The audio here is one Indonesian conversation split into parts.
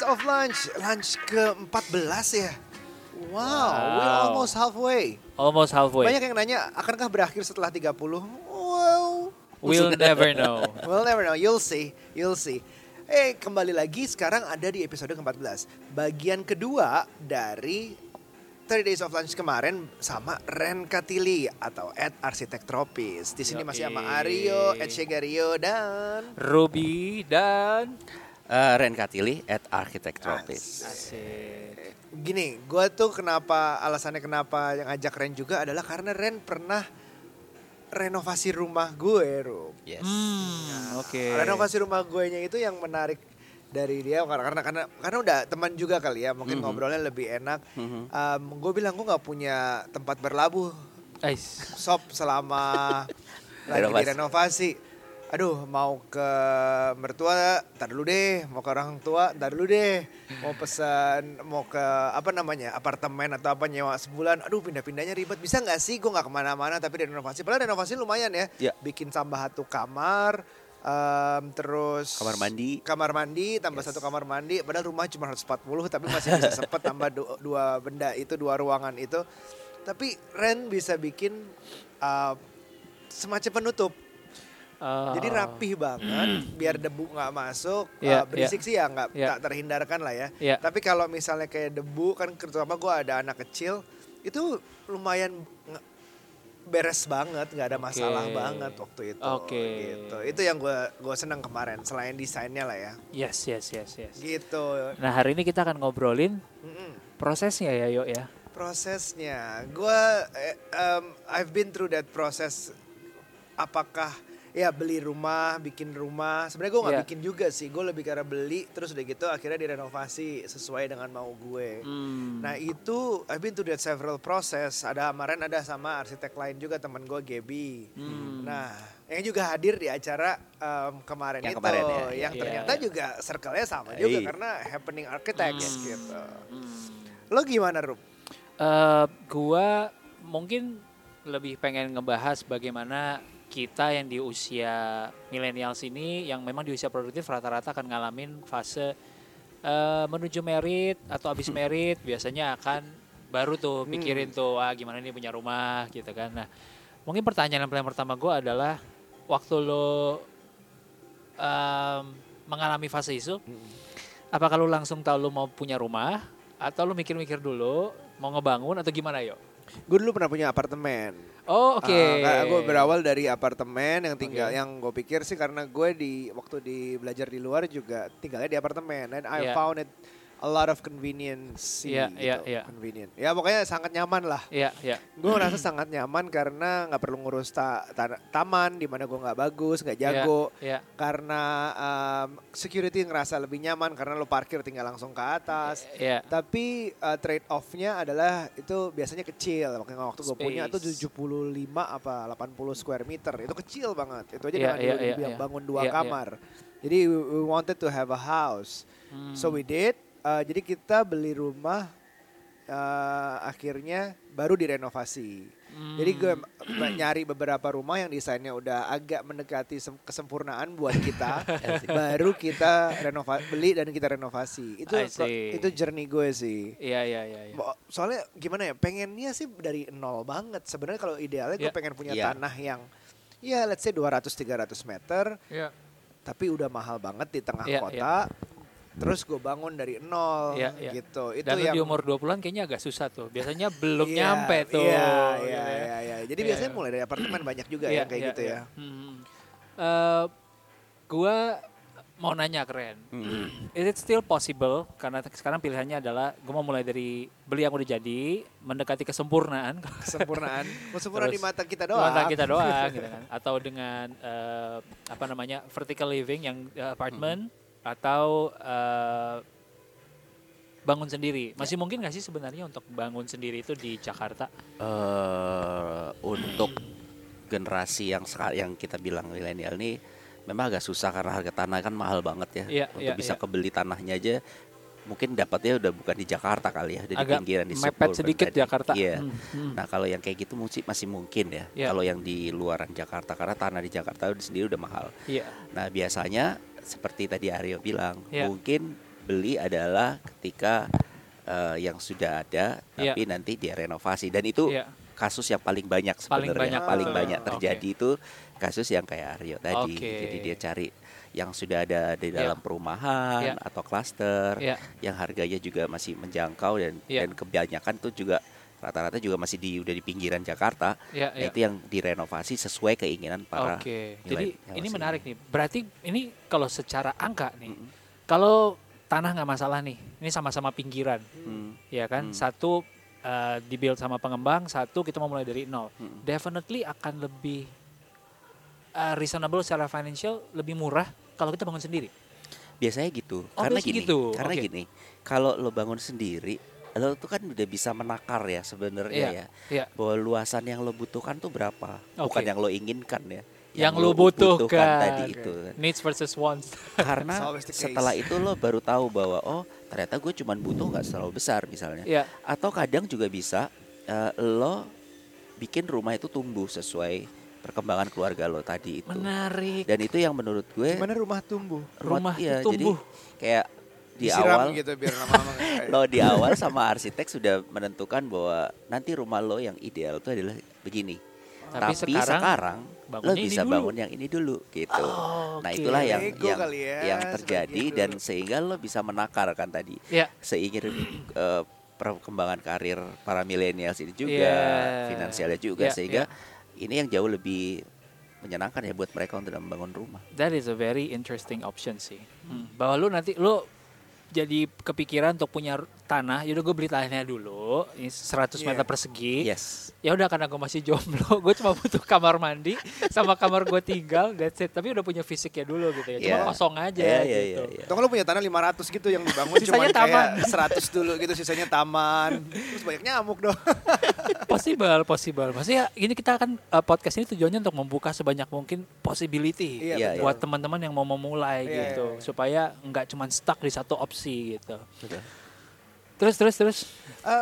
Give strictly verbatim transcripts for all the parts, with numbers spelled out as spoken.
of Lunch, lunch ke empat belas ya. Wow, Wow. we're almost halfway. Almost halfway. Banyak yang nanya, akankah berakhir setelah tiga puluh? Well, We'll never know. we'll never know. You'll see, you'll see. Eh, kembali lagi sekarang ada di episode ke empat belas. Bagian kedua dari thirty Days of Lunch kemarin sama Ren Katili atau Ed Arsitek Tropis. Di sini masih sama Aryo, Ed Shegario, dan Ruby dan Uh, Ren Katili at Architect Tropis. Asik. Gini, gue tuh kenapa, alasannya kenapa yang ajak Ren juga adalah karena Ren pernah renovasi rumah gue, Rum. Yes. Hmm, oke. Renovasi rumah gue nya itu yang menarik dari dia karena karena karena, karena udah teman juga kali ya, mungkin Mhm. ngobrolnya lebih enak. Mhm. Um, gue bilang gue nggak punya tempat berlabuh, Ais. sob, selama lagi Renovasi. direnovasi. Aduh, mau ke mertua, ntar dulu deh. Mau ke orang tua, ntar dulu deh. Mau pesan, mau ke apa namanya, apartemen atau apa nyewa sebulan. Aduh, pindah-pindahnya ribet. Bisa nggak sih? Gue nggak kemana-mana, tapi renovasi. Padahal renovasi lumayan ya. Ya. Bikin tambah satu kamar, em, terus Kamar mandi. kamar mandi, tambah Yes. satu kamar mandi. Padahal rumah cuma seratus empat puluh, tapi masih bisa sempet tambah du- dua benda itu, dua ruangan itu. Tapi Ren bisa bikin uh, semacam penutup. Uh, Jadi rapih banget, biar debu nggak masuk. Iya, Uh, berisik sih ya nggak iya. tak terhindarkan lah ya. Iya. Tapi kalau misalnya kayak debu kan, terutama gue ada anak kecil, itu lumayan nge- beres banget, nggak ada masalah Oke. banget waktu itu. Oke. Gitu. Itu yang gue gue senang kemarin, selain desainnya lah ya. Yes, yes, yes, yes. Gitu. Nah, hari ini kita akan ngobrolin Mm-mm. prosesnya ya, Yo ya. Prosesnya, gue, eh, um, I've been through that process. Apakah ya beli rumah, bikin rumah. Sebenarnya gue nggak Iya. bikin juga sih. Gue lebih karena beli, terus udah gitu akhirnya direnovasi sesuai dengan mau gue. Hmm. Nah itu, I've been through that several process. Ada kemarin ada sama arsitek lain juga, teman gue Gaby. Hmm. Nah, yang juga hadir di acara um, kemarin Yang itu, kemarin ya, yang iya, ternyata iya. juga circle-nya sama juga Iya. karena happening architects Hmm. gitu. Hmm. Lo gimana, Rup? Eh, gua mungkin lebih pengen ngebahas bagaimana kita yang di usia millennials ini, yang memang di usia produktif rata-rata akan ngalamin fase eh, menuju merit atau habis merit, biasanya akan baru tuh pikirin tuh, wah gimana nih punya rumah gitu kan. Nah, mungkin pertanyaan yang paling pertama gue adalah, waktu lo em, mengalami fase itu, apakah lo langsung tahu lo mau punya rumah, atau lo mikir-mikir dulu mau ngebangun atau gimana, Yo? Gue dulu pernah punya apartemen. Oh, oke. gue berawal dari apartemen yang tinggal, Oke. yang gue pikir sih karena gue di waktu di belajar di luar juga tinggalnya di apartemen, and I Iya. found it a lot of convenience, Iya, gitu, iya, iya. convenient. Ya pokoknya sangat nyaman lah. Iya, iya. Gue ngerasa sangat nyaman karena nggak perlu ngurus ta- ta- taman di mana gue nggak bagus, nggak jago. Iya. Karena um, security ngerasa lebih nyaman karena lo parkir tinggal langsung ke atas. Iya. Tapi uh, trade off-nya adalah itu biasanya kecil. Waktu waktu gue punya itu Space. tujuh puluh lima apa delapan puluh square meter. Itu kecil banget. Itu aja Iya, dengan iya, dulu iya, dibilang iya. bangun dua Iya, iya. kamar. Jadi we, we wanted to have a house. Hmm. So we did. Uh, jadi kita beli rumah uh, akhirnya baru direnovasi. Hmm. Jadi gue m- nyari beberapa rumah yang desainnya udah agak mendekati sem- kesempurnaan buat kita, baru kita renova beli dan kita renovasi. Itu I pro- see. itu journey gue sih. Iya, iya, iya. iya. Bo- Soalnya gimana ya, pengennya sih dari nol banget. Sebenarnya kalau idealnya gue Iya. pengen punya Iya. tanah yang ya let's say dua ratus tiga ratus meter, Iya. tapi udah mahal banget di tengah Iya, kota. Terus gue bangun dari nol Iya, iya. gitu. Itu Dan lu yang di umur dua puluhan kayaknya agak susah tuh. Biasanya belum Iya, nyampe tuh. Iya, gitu iya, ya. iya, iya. Jadi Iya. biasanya mulai dari apartemen banyak juga Iya, yang kayak iya, gitu iya. ya. Hmm. Eh, gua mau nanya keren. Hmm. Is it still possible? Karena sekarang pilihannya adalah gue mau mulai dari beli yang udah jadi, mendekati kesempurnaan. Kesempurnaan. Kesempurnaan di Terus mata kita di doang. mata kita doang gitu kan. Atau dengan eh, apa namanya vertical living yang eh, apartment, atau eh, bangun sendiri. Masih mungkin nggak sih sebenarnya untuk bangun sendiri itu di Jakarta? Eh, untuk generasi yang seka- yang kita bilang milenial ini memang agak susah karena harga tanah kan mahal banget ya. Iya, Untuk iya, bisa iya. kebeli tanahnya aja mungkin dapatnya udah bukan di Jakarta kali ya, udah di Agak pinggiran di mepet suburban sedikit tadi. Jakarta. Iya. Hmm, hmm. Nah kalau yang kayak gitu mesti masih mungkin ya. Iya. Kalau yang di luaran Jakarta karena tanah di Jakarta sendiri udah mahal. Iya. Nah biasanya seperti tadi Aryo bilang Iya. mungkin beli adalah ketika uh, yang sudah ada Iya. tapi nanti dia renovasi, dan itu Iya. kasus yang paling banyak Paling sebenarnya, banyak, paling betul. banyak terjadi Oke. itu kasus yang kayak Aryo tadi. Oke. Jadi dia cari yang sudah ada di dalam Iya. perumahan Iya. atau klaster Iya. yang harganya juga masih menjangkau, dan Iya. dan kebanyakan tuh juga rata-rata juga masih di udah di pinggiran Jakarta. Iya, Nah, iya. itu yang direnovasi sesuai keinginan para Oke, jadi milenial ini sih. menarik nih. Berarti ini kalau secara angka nih, kalau tanah nggak masalah nih, ini sama-sama pinggiran, Hmm. ya kan? Hmm. Satu uh, dibuild sama pengembang, satu kita mau mulai dari nol. Hmm. Definitely akan lebih uh, reasonable secara financial, lebih murah kalau kita bangun sendiri. Biasanya gitu. Oh, karena biasanya gini, gitu. karena Oke. gini, kalau lo bangun sendiri, lo tuh kan udah bisa menakar ya sebenarnya Iya, ya. iya. Bahwa luasan yang lo butuhkan tuh berapa, bukan Oke. yang lo inginkan ya. Yang lo butuhkan. tadi Oke. itu kan. Needs versus wants. Karena It's always the case. setelah itu lo baru tahu bahwa oh ternyata gue cuman butuh nggak terlalu besar misalnya. Iya. Atau kadang juga bisa eh, lo bikin rumah itu tumbuh sesuai perkembangan keluarga lo tadi itu. Menarik. Dan itu yang menurut gue Gimana rumah tumbuh? Rumah iya, itu tumbuh. Jadi kayak di Disiram awal gitu biar lama-lama kayak- lo di awal sama arsitek sudah menentukan bahwa nanti rumah lo yang ideal itu adalah begini. Tapi Tapi, sekarang sekarang, lo bangunnya ini bisa dulu. bangun yang ini dulu gitu. Oh, Nah oke. itulah yang Ego yang, kali ya, yang terjadi seperti itu. dan sehingga lo bisa menakar kan tadi Ya. seiring eh, perkembangan karir para milenials ini juga, Iya. finansialnya juga Iya, sehingga ini yang jauh lebih menyenangkan ya buat mereka untuk membangun rumah. That is a very interesting option sih. Hmm. Bahwa lu nanti lu jadi kepikiran untuk punya r- tanah, yaudah gue beli tanahnya dulu, ini seratus Yeah. meter persegi. Yes. Ya udah karena gue masih jomblo, gue cuma butuh kamar mandi sama kamar gue tinggal, that's it. Tapi udah punya fisiknya dulu gitu ya, cuma Yeah. kosong aja Iya, iya, gitu. iya, iya. Atau lo punya tanah lima ratus gitu yang dibangun Sisanya cuma taman. kayak seratus dulu gitu, sisanya taman. Terus banyak nyamuk dong. Possible, possible. Maksudnya ini kita akan uh, podcast ini tujuannya untuk membuka sebanyak mungkin possibility Iya, Iya, buat teman-teman yang mau memulai Iya, gitu, iya, iya. supaya nggak cuma stuck di satu opsi gitu. Betul. Terus, terus, terus. Eh,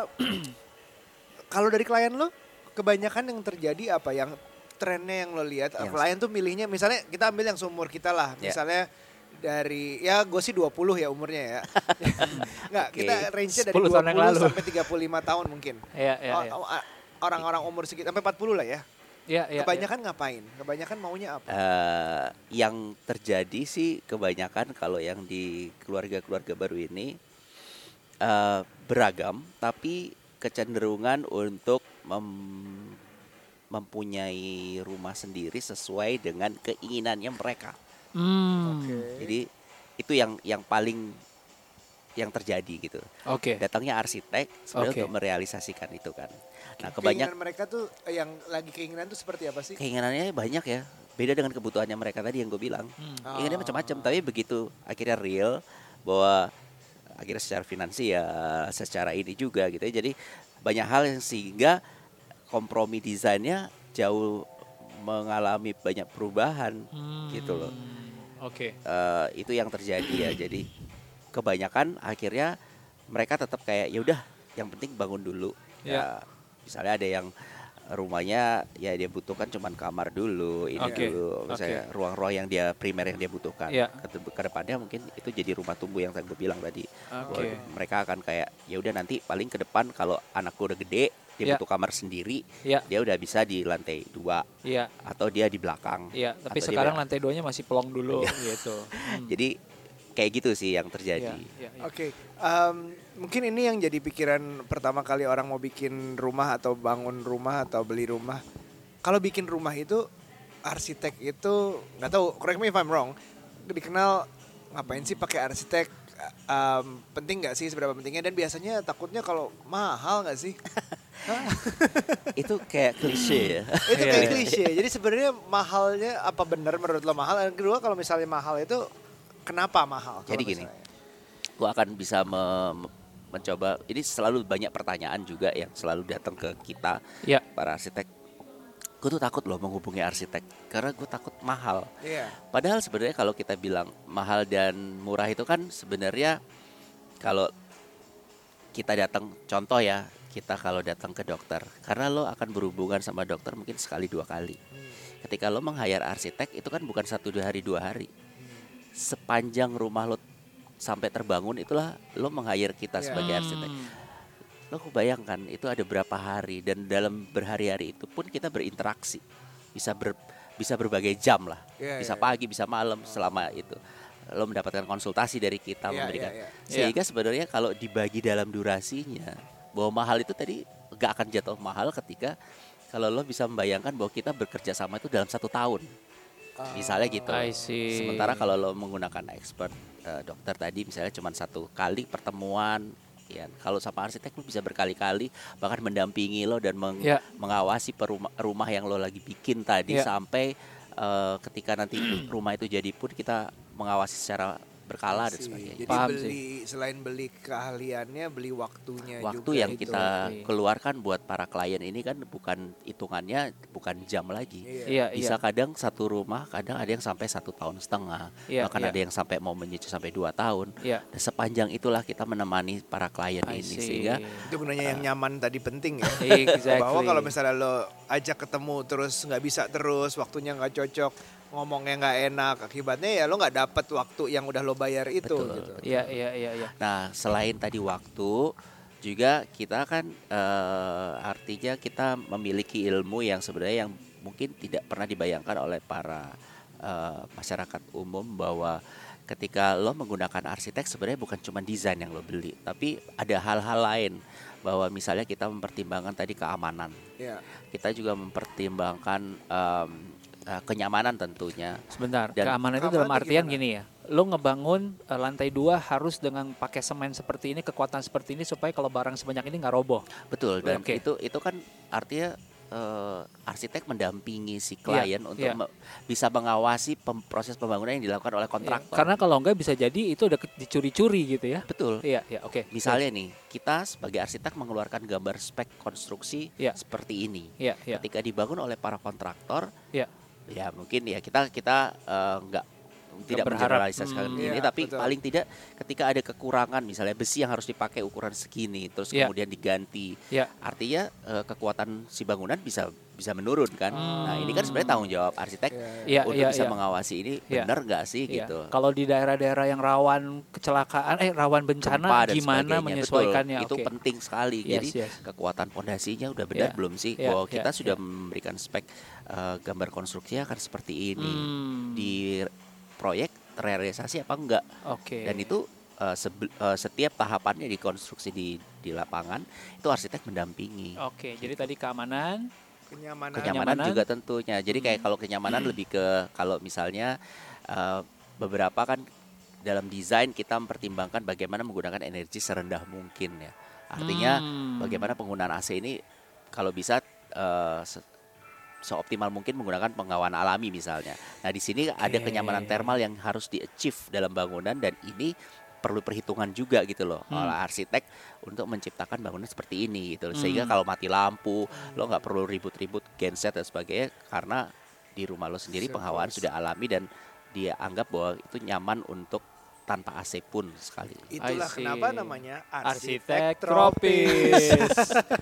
kalau dari klien lo, kebanyakan yang terjadi apa yang trennya yang lo lihat? Yang- Klien tuh milihnya, misalnya kita ambil yang seumur kita lah, Ya. misalnya dari ya gue sih dua puluh ya umurnya ya. Enggak, Oke. kita range-nya dari sepuluh dua tahun yang puluh lalu. sampai tiga puluh lima tahun mungkin. Iya, iya, O- iya. o- a- Orang-orang umur sekitar sampai empat puluh lah ya. Iya, iya. Kebanyakan ngapain? Kebanyakan maunya apa? Eh, yang terjadi sih kebanyakan kalau yang di keluarga-keluarga baru ini eh, beragam, tapi kecenderungan untuk mem- mempunyai rumah sendiri sesuai dengan keinginannya mereka. Hmm. Jadi itu yang yang paling yang terjadi gitu. Oke. Datangnya arsitek sebenarnya Oke. untuk merealisasikan itu kan. Nah, Keinginan kebanyakan mereka tuh eh, yang lagi keinginan tuh seperti apa sih? keinginannya banyak ya. Beda dengan kebutuhannya mereka tadi yang gue bilang. Hmm. Inginnya macam-macam, tapi begitu akhirnya real bahwa akhirnya secara finansial, secara ini juga gitu ya. Jadi banyak hal yang sehingga kompromi desainnya jauh mengalami banyak perubahan Hmm. gitu loh. Oke. Eh, itu yang terjadi ya. Jadi kebanyakan akhirnya mereka tetap kayak ya udah yang penting bangun dulu. Ya misalnya ada yang rumahnya ya dia butuhkan cuman kamar dulu, ini Oke, dulu, misalnya ruang-ruang yang dia primer yang dia butuhkan. Iya. Ke, ke depannya mungkin itu jadi rumah tumbuh yang tadi gue bilang tadi. Bahwa Oke. mereka akan kayak ya udah nanti paling ke depan kalau anakku udah gede dia Iya. butuh kamar sendiri, Iya. dia udah bisa di lantai dua Iya. atau dia di belakang. Iya, tapi Atau dia sekarang be- lantai duanya masih pelong dulu gitu. Hmm. Jadi kayak gitu sih yang terjadi. Iya, iya, iya. Oke, em, mungkin ini yang jadi pikiran pertama kali orang mau bikin rumah atau bangun rumah atau beli rumah. Kalau bikin rumah itu arsitek itu nggak tahu, correct me if I'm wrong, dikenal ngapain sih pakai arsitek? Em, penting nggak sih, seberapa pentingnya, dan biasanya takutnya kalau mahal nggak sih? Itu kayak klise ya. Itu Iya, kayak iya. klise. Jadi sebenarnya mahalnya apa benar menurut lo mahal? Dan kedua kalau misalnya mahal itu kenapa mahal? Jadi Kalau gini. misalnya? Gua akan bisa me- me- mencoba. Ini selalu banyak pertanyaan juga yang selalu datang ke kita Iya. para arsitek. Gue tuh takut loh menghubungi arsitek karena gue takut mahal. Iya. Padahal sebenarnya kalau kita bilang mahal dan murah itu kan sebenarnya kalau kita datang, contoh ya, kita kalau datang ke dokter, karena lo akan berhubungan sama dokter mungkin sekali dua kali. Ketika lo meng-hire arsitek itu kan bukan satu dua hari dua hari. Sepanjang rumah lo sampai terbangun itulah lo meng-hire kita Yeah. sebagai arsitek. Lo bayangkan itu ada berapa hari dan dalam berhari-hari itu pun kita berinteraksi. Bisa ber, bisa berbagai jam lah. Yeah, bisa yeah, pagi, bisa malam selama itu. Lo mendapatkan konsultasi dari kita Yeah, memberikan. yeah, yeah. Sehingga sebenarnya kalau dibagi dalam durasinya bahwa mahal itu tadi gak akan jatuh mahal ketika kalau lo bisa membayangkan bahwa kita bekerja sama itu dalam satu tahun. Misalnya gitu. I see. Sementara kalau lo menggunakan expert uh, dokter tadi misalnya cuma satu kali pertemuan, ya. Kalau sama arsitek lo bisa berkali-kali bahkan mendampingi lo dan meng- Ya. mengawasi peruma- rumah yang lo lagi bikin tadi Ya. sampai uh, ketika nanti rumah itu jadi pun kita mengawasi secara berkala dan Sih. sebagainya. Jadi Paham beli selain beli keahliannya, beli waktunya Waktu juga yang gitu. kita Oke. keluarkan buat para klien ini kan bukan hitungannya bukan jam lagi. Iya. Iya, Bisa iya. kadang satu rumah, kadang ada yang sampai satu tahun setengah, Iya, bahkan iya. ada yang sampai mau menyicil sampai dua tahun. Iya. Dan sepanjang itulah kita menemani para klien I ini see. sehingga Itu gunanya yang nyaman tadi penting ya. Exactly. Bahwa kalau misalnya lo ajak ketemu terus nggak bisa terus, waktunya nggak cocok, ngomongnya nggak enak, akibatnya ya lo nggak dapet waktu yang udah lo bayar itu. Betul. Gitu. Iya, iya, iya, iya. nah selain tadi waktu juga kita kan eh, artinya kita memiliki ilmu yang sebenarnya yang mungkin tidak pernah dibayangkan oleh para eh, masyarakat umum bahwa ketika lo menggunakan arsitek sebenarnya bukan cuma desain yang lo beli, tapi ada hal-hal lain bahwa misalnya kita mempertimbangkan tadi keamanan, Iya. kita juga mempertimbangkan em, eh, kenyamanan tentunya. Sebentar, Dan- keamanan itu Keamanan dalam tuh artian gimana? gini ya. Lo ngebangun eh, lantai dua harus dengan pakai semen seperti ini, kekuatan seperti ini supaya kalau barang sebanyak ini nggak roboh. Betul, dan Oke. itu itu kan artinya eh, arsitek mendampingi si klien untuk iya. me- bisa mengawasi pem- proses pembangunan yang dilakukan oleh Iya, kontraktor. karena kalau nggak bisa jadi itu udah ke- dicuri-curi gitu ya. Betul. Iya, iya, oke. Misalnya nih, kita sebagai arsitek mengeluarkan gambar spek konstruksi Iya. seperti ini. Iya, iya. Ketika dibangun oleh para kontraktor, Iya. ya mungkin ya kita kita eh, nggak tidak berharap. mengeneralisasikan Hmm. ini, Iya, tapi betul. paling tidak ketika ada kekurangan, misalnya besi yang harus dipakai ukuran segini, terus Iya. kemudian diganti, Iya. artinya eh, kekuatan si bangunan bisa bisa menurun kan. Nah ini kan sebenarnya tanggung jawab arsitek Iya, untuk iya, bisa iya. mengawasi ini Iya. benar nggak sih Iya. gitu. Kalau di daerah-daerah yang rawan kecelakaan, eh rawan bencana, Gempa dan gimana sebagainya. menyesuaikannya? Betul, itu Oke. penting sekali. Yes, Jadi yes. kekuatan pondasinya udah benar Iya, belum sih iya, bahwa iya, kita sudah iya. memberikan spek eh, gambar konstruksinya akan seperti ini. Hmm. Di proyek realisasi apa enggak? Oke. Dan itu eh, sebe- eh, setiap tahapannya di konstruksi di di lapangan itu arsitek mendampingi. Oke, jadi tadi keamanan. Kenyamanan. Kenyamanan Kenyamanan. juga tentunya. Jadi kayak kalau kenyamanan lebih ke kalau misalnya eh, beberapa kan dalam desain kita mempertimbangkan bagaimana menggunakan energi serendah mungkin ya. Artinya Hmm. bagaimana penggunaan A C ini kalau bisa eh, se- seoptimal mungkin menggunakan pengawan alami misalnya. Nah di sini ada Oke. kenyamanan thermal yang harus di-achieve dalam bangunan dan ini perlu perhitungan juga gitu loh Hmm. oleh arsitek untuk menciptakan bangunan seperti ini gitu. Sehingga Hmm. kalau mati lampu lo nggak perlu ribut-ribut genset dan sebagainya karena di rumah lo sendiri Simple. penghawaan sudah alami dan dia anggap bahwa itu nyaman untuk tanpa A C pun sekali. Itulah I see. kenapa namanya Arsitek arsitek tropis. tropis.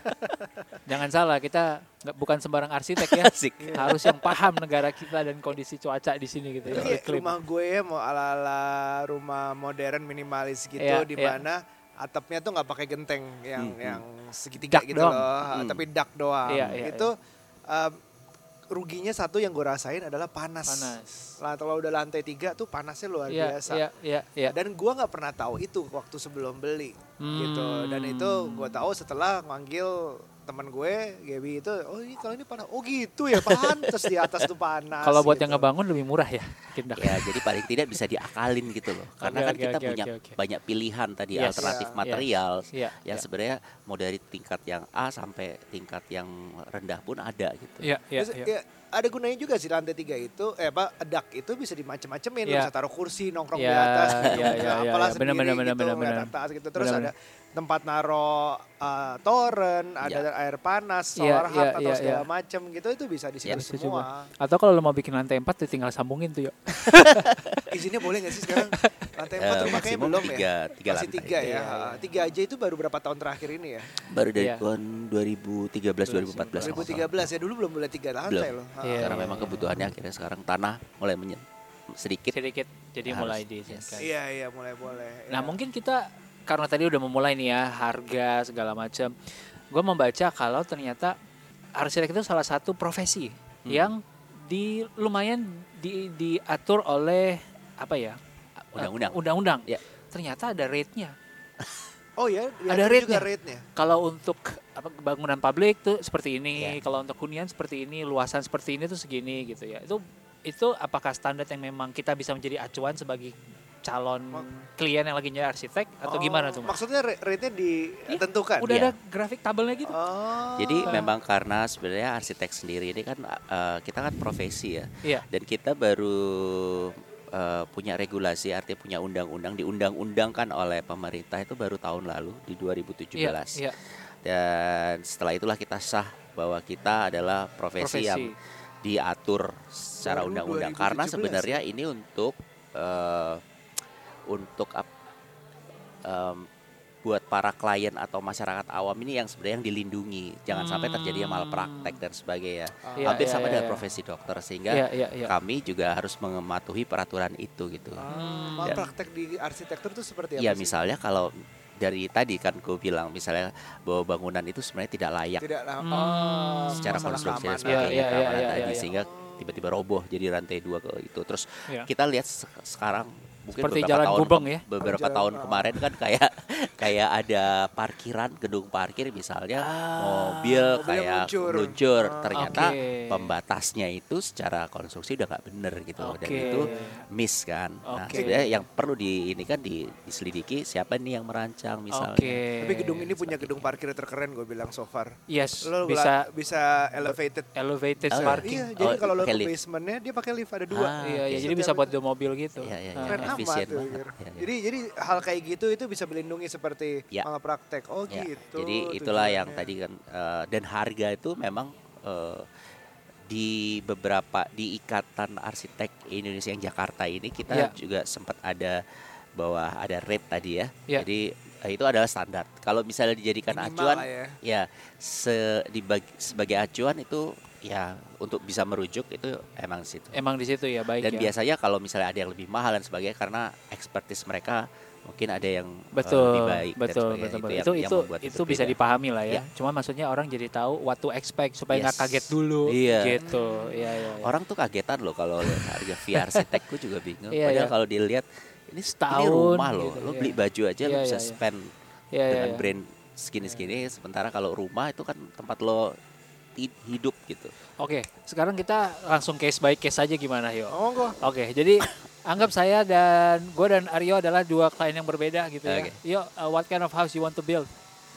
Jangan salah, kita nggak bukan sembarang arsitek ya. Asik. Harus yang paham negara kita dan kondisi cuaca di sini gitu ya. Jadi iklim. rumah gue ya mau ala-ala rumah modern minimalis gitu, Iya, di iya. mana atapnya tuh nggak pakai genteng yang Hmm, yang segitiga Dak gitu doang. loh, Hmm. tapi dak doang. Iya, iya, Itu um, ruginya satu yang gue rasain adalah panas. Panas. Lah kalau udah lantai tiga tuh panasnya luar Iya, biasa. iya, iya, iya. Dan gue nggak pernah tahu itu waktu sebelum beli gitu. Dan Hmm. itu gue tahu setelah manggil teman gue, Gaby itu, oh ini kalau ini panas, oh gitu ya pantas di atas tuh panas. Kalau buat gitu. yang ngebangun lebih murah ya. Tindak. Ya, jadi paling tidak bisa diakalin gitu loh. Karena Oke, kan oke, kita oke, punya oke, oke. banyak pilihan tadi Yes. alternatif Iya. material Iya, yang iya. sebenarnya mau dari tingkat yang A sampai tingkat yang rendah pun ada gitu. Iya, iya, Terus, iya. ya, ada gunanya juga sih lantai tiga itu, eh apa, dak itu bisa dimacem-macemin, Iya. bisa taruh kursi nongkrong Iya, di atas, iya, minum iya, iya, apalah iya. sendiri Bener, bener, gitu, bener, ngeliat bener. atas gitu. Terus Bener, ada tempat naro uh, toren, ada Iya. air panas, Iya, solar iya, heart atau iya, segala iya. macem gitu, itu bisa di situ Iya, Bisa semua. juga. Atau kalau lo mau bikin lantai empat, tuh tinggal sambungin tuh yuk. Izinnya boleh nggak sih sekarang? Lantai empat Eh, rumah kayaknya maksimum belum tiga, ya? tiga Masih lantai. tiga ya. Iya, iya. Tiga aja itu baru berapa tahun terakhir ini ya? Baru dari Iya. tahun dua ribu tiga belas dua ribu empat belas. dua ribu tiga belas ya, dulu belum boleh tiga lantai Belum. loh. Ah. Iya. Karena memang kebutuhannya akhirnya sekarang tanah mulai menyen. sedikit. sedikit jadi Harus, mulai yes. diizinkan. Iya iya mulai boleh. Nah Ya. mungkin kita karena tadi udah memulai nih ya harga segala macam, gue membaca kalau ternyata arsitek itu salah satu profesi Hmm. yang di lumayan di, diatur oleh apa ya Undang-undang. Uh, undang-undang. Ya. Ternyata ada rate-nya. Oh ya, Ada diatur juga rate-nya. rate-nya. Kalau untuk apa bangunan publik tuh seperti ini, Ya. kalau untuk hunian seperti ini, luasan seperti ini tuh segini gitu ya. Itu itu apakah standar yang memang kita bisa menjadi acuan sebagai calon Mak- klien yang lagi nyari arsitek atau Oh, gimana tuh? Mas? Maksudnya ra- rate-nya ditentukan. Udah Iya. ada grafik tabelnya gitu. Oh. Jadi Ah. memang karena sebenarnya arsitek sendiri ini kan uh, kita kan profesi ya. Iya. Dan kita baru uh, punya regulasi, artinya punya undang-undang, diundang-undangkan oleh pemerintah itu baru tahun lalu di dua ribu tujuh Iya, belas. iya. Dan setelah itulah kita sah bahwa kita adalah profesi, Profesi. yang diatur secara Baru undang-undang. dua ribu tujuh belas Karena sebenarnya ini untuk uh, untuk ap- um, buat para klien atau masyarakat awam ini yang sebenarnya yang dilindungi, jangan sampai terjadi Hmm. malpraktek dan sebagainya. Iya, Hampir iya, sama iya, dengan iya. profesi dokter, sehingga Iya, iya, iya. kami juga harus mematuhi peraturan itu gitu. Ah, Hmm. praktek di arsitektur itu seperti apa Iya, sih? misalnya kalau dari tadi kan gue bilang misalnya bahwa bangunan itu sebenarnya tidak layak Tidak lah. Hmm. Oh, secara masalah konstruksi dan keamanan. sebagainya, Iya, iya, keamanan iya, tadi, iya, iya. sehingga tiba-tiba roboh jadi rantai dua ke itu. Terus Iya. kita lihat se- sekarang mungkin Seperti beberapa Jalan tahun Gubeng ke- ya. beberapa Jalan- tahun ah. kemarin kan kayak kayak ada parkiran, gedung parkir misalnya, mobil mobil yang kayak meluncur. meluncur. Ah. Ternyata Oke. pembatasnya itu secara konstruksi udah nggak bener gitu loh. Dan Oke. itu miss kan. Nah, Oke. sebenarnya yang perlu di ini kan di, diselidiki siapa nih yang merancang misalnya. Oke. Tapi gedung ini punya gedung parkir terkeren gue bilang so far. Yes, Lo bisa bisa bisa elevated. elevated Oh, iya. parking. Iya, jadi Oh, kalau lo pakai ke lift. basementnya dia pakai lift ada dua. Ah, Iya, iya, oke. jadi bisa buat dua mobil gitu. Iya, iya, Ah. iya. Keren amat efisien tuh. banget. Gir. Iya, iya. Jadi jadi hal kayak gitu itu bisa melindungi seperti Ya. malpraktek. Oh Ya, gitu. jadi itulah yang tujuannya. tadi kan eh, dan harga itu memang eh, di beberapa di Ikatan Arsitek Indonesia yang Jakarta ini kita Ya. juga sempat ada bahwa ada rate tadi ya. Ya. Jadi eh, itu adalah standar. Kalau misalnya dijadikan Minimal acuan, lah ya. ya se, dibagi, sebagai acuan itu ya untuk bisa merujuk itu emang situ. Emang di situ ya, baik Dan ya. biasanya kalau misalnya ada yang lebih mahal dan sebagainya karena expertise mereka mungkin ada yang eh, Betul, lebih baik dan betul, sebagainya. betul, betul. yang- Itu yang itu membuat itu bisa berbeda. dipahami lah ya. Ya. Cuma maksudnya orang jadi tahu what to expect supaya nggak Yes. kaget dulu, Iya. gitu. Iya, iya. iya. Orang tuh kagetan loh kalau lihat harga V R arsitek, gue juga bingung. Iya, Padahal iya. kalau dilihat ini ini Setahun rumah loh, gitu, lo iya. beli baju aja lo Iya, bisa iya, iya. spend Iya, dengan iya. brand segini-segini. Sementara kalau rumah itu kan tempat lo hi- hidup gitu. Oke, sekarang kita langsung case by case aja gimana, Yo. Oh enggak. Oke, jadi anggap saya dan gue dan Aryo adalah dua klien yang berbeda gitu ya. Oke. Yo, uh, what kind of house you want to build?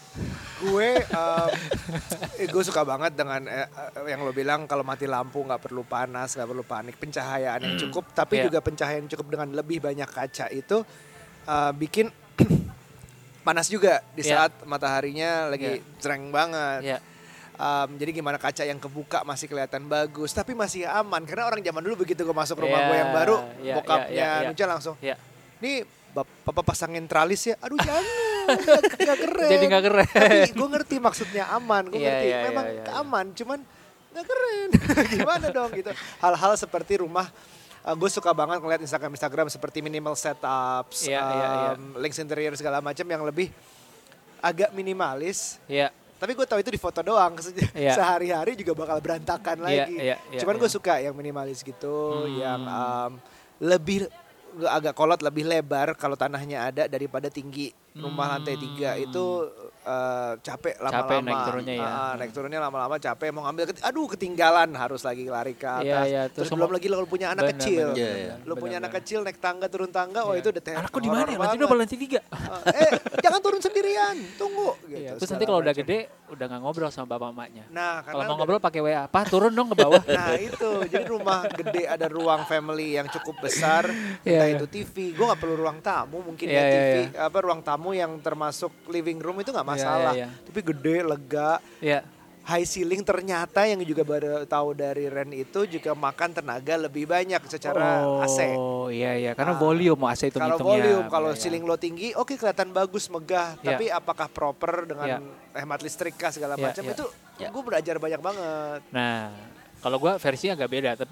Gue um, eh, gue suka banget dengan eh, eh, yang lo bilang kalau mati lampu nggak perlu panas, nggak perlu panik, pencahayaan yang cukup, tapi Iya. juga pencahayaan yang cukup dengan lebih banyak kaca itu uh, bikin panas juga di Iya. saat mataharinya lagi cereng banget. Ya, Um, jadi gimana kaca yang kebuka masih kelihatan bagus, tapi masih aman karena orang zaman dulu begitu gue masuk rumah Iya, gue yang baru, iya, bokapnya iya, iya, iya. Nucha langsung, ya. nih bap- papa pasangin tralis ya, aduh jangan, nggak nggak keren. Jadi nggak keren. Tapi gue ngerti maksudnya aman, gue Iya, ngerti, iya, memang iya, iya. aman, cuman nggak keren. Gimana dong gitu? Hal-hal seperti rumah. Gue suka banget ngeliat Instagram Instagram seperti minimal setups, Iya, iya, iya. um, links interior segala macam yang lebih agak minimalis. Ya, Tapi gue tahu itu di foto doang, se- Iya. sehari-hari juga bakal berantakan Iya, lagi. iya, iya, Cuman iya. gue suka yang minimalis gitu, Hmm. yang um, lebih nggak agak kolot, lebih lebar kalau tanahnya ada daripada tinggi. Rumah lantai tiga itu uh, capek lama-lama. Capek naik turunnya ya. Ah, naik turunnya lama-lama capek. Mau ngambil, ket- aduh ketinggalan harus lagi lari ke atas. Iya, iya. Terus, Terus belum ngomong- lagi lo punya anak Benar, kecil. benar, Iya, benar, iya. Lo punya benar, anak kecil naik tangga turun tangga, oh Iya. itu udah ter- Anakku di mana ya? horor Lantai dua banget. apa lantai tiga? eh jangan turun sendirian, tunggu. Gitu, Iya. Terus segala nanti kalau udah macam. gede, udah nggak ngobrol sama bapak emaknya. Nah, Kalau karena mau udah- ngobrol pakai W A, Pak turun dong ke bawah. Nah itu, jadi rumah gede ada ruang family yang cukup besar, Iya, entah iya. itu T V, gue nggak perlu ruang tamu, mungkin Iya, ya iya, T V, iya. apa ruang tamu yang termasuk living room itu nggak Iya, masalah, iya, iya. tapi gede, lega, Ya, high ceiling ternyata yang juga baru tahu dari Ren itu juga makan tenaga lebih banyak secara A C. Oh iya iya, karena Ah, volume A C itu Kalau ngitungnya. volume, kalau Iya, iya. ceiling lo tinggi, oke kelihatan bagus, megah. Iya. Tapi apakah proper dengan Iya. hemat listrik kah segala Iya, macam iya. itu Iya. gue belajar banyak banget. Nah, kalau gua versinya agak beda, tapi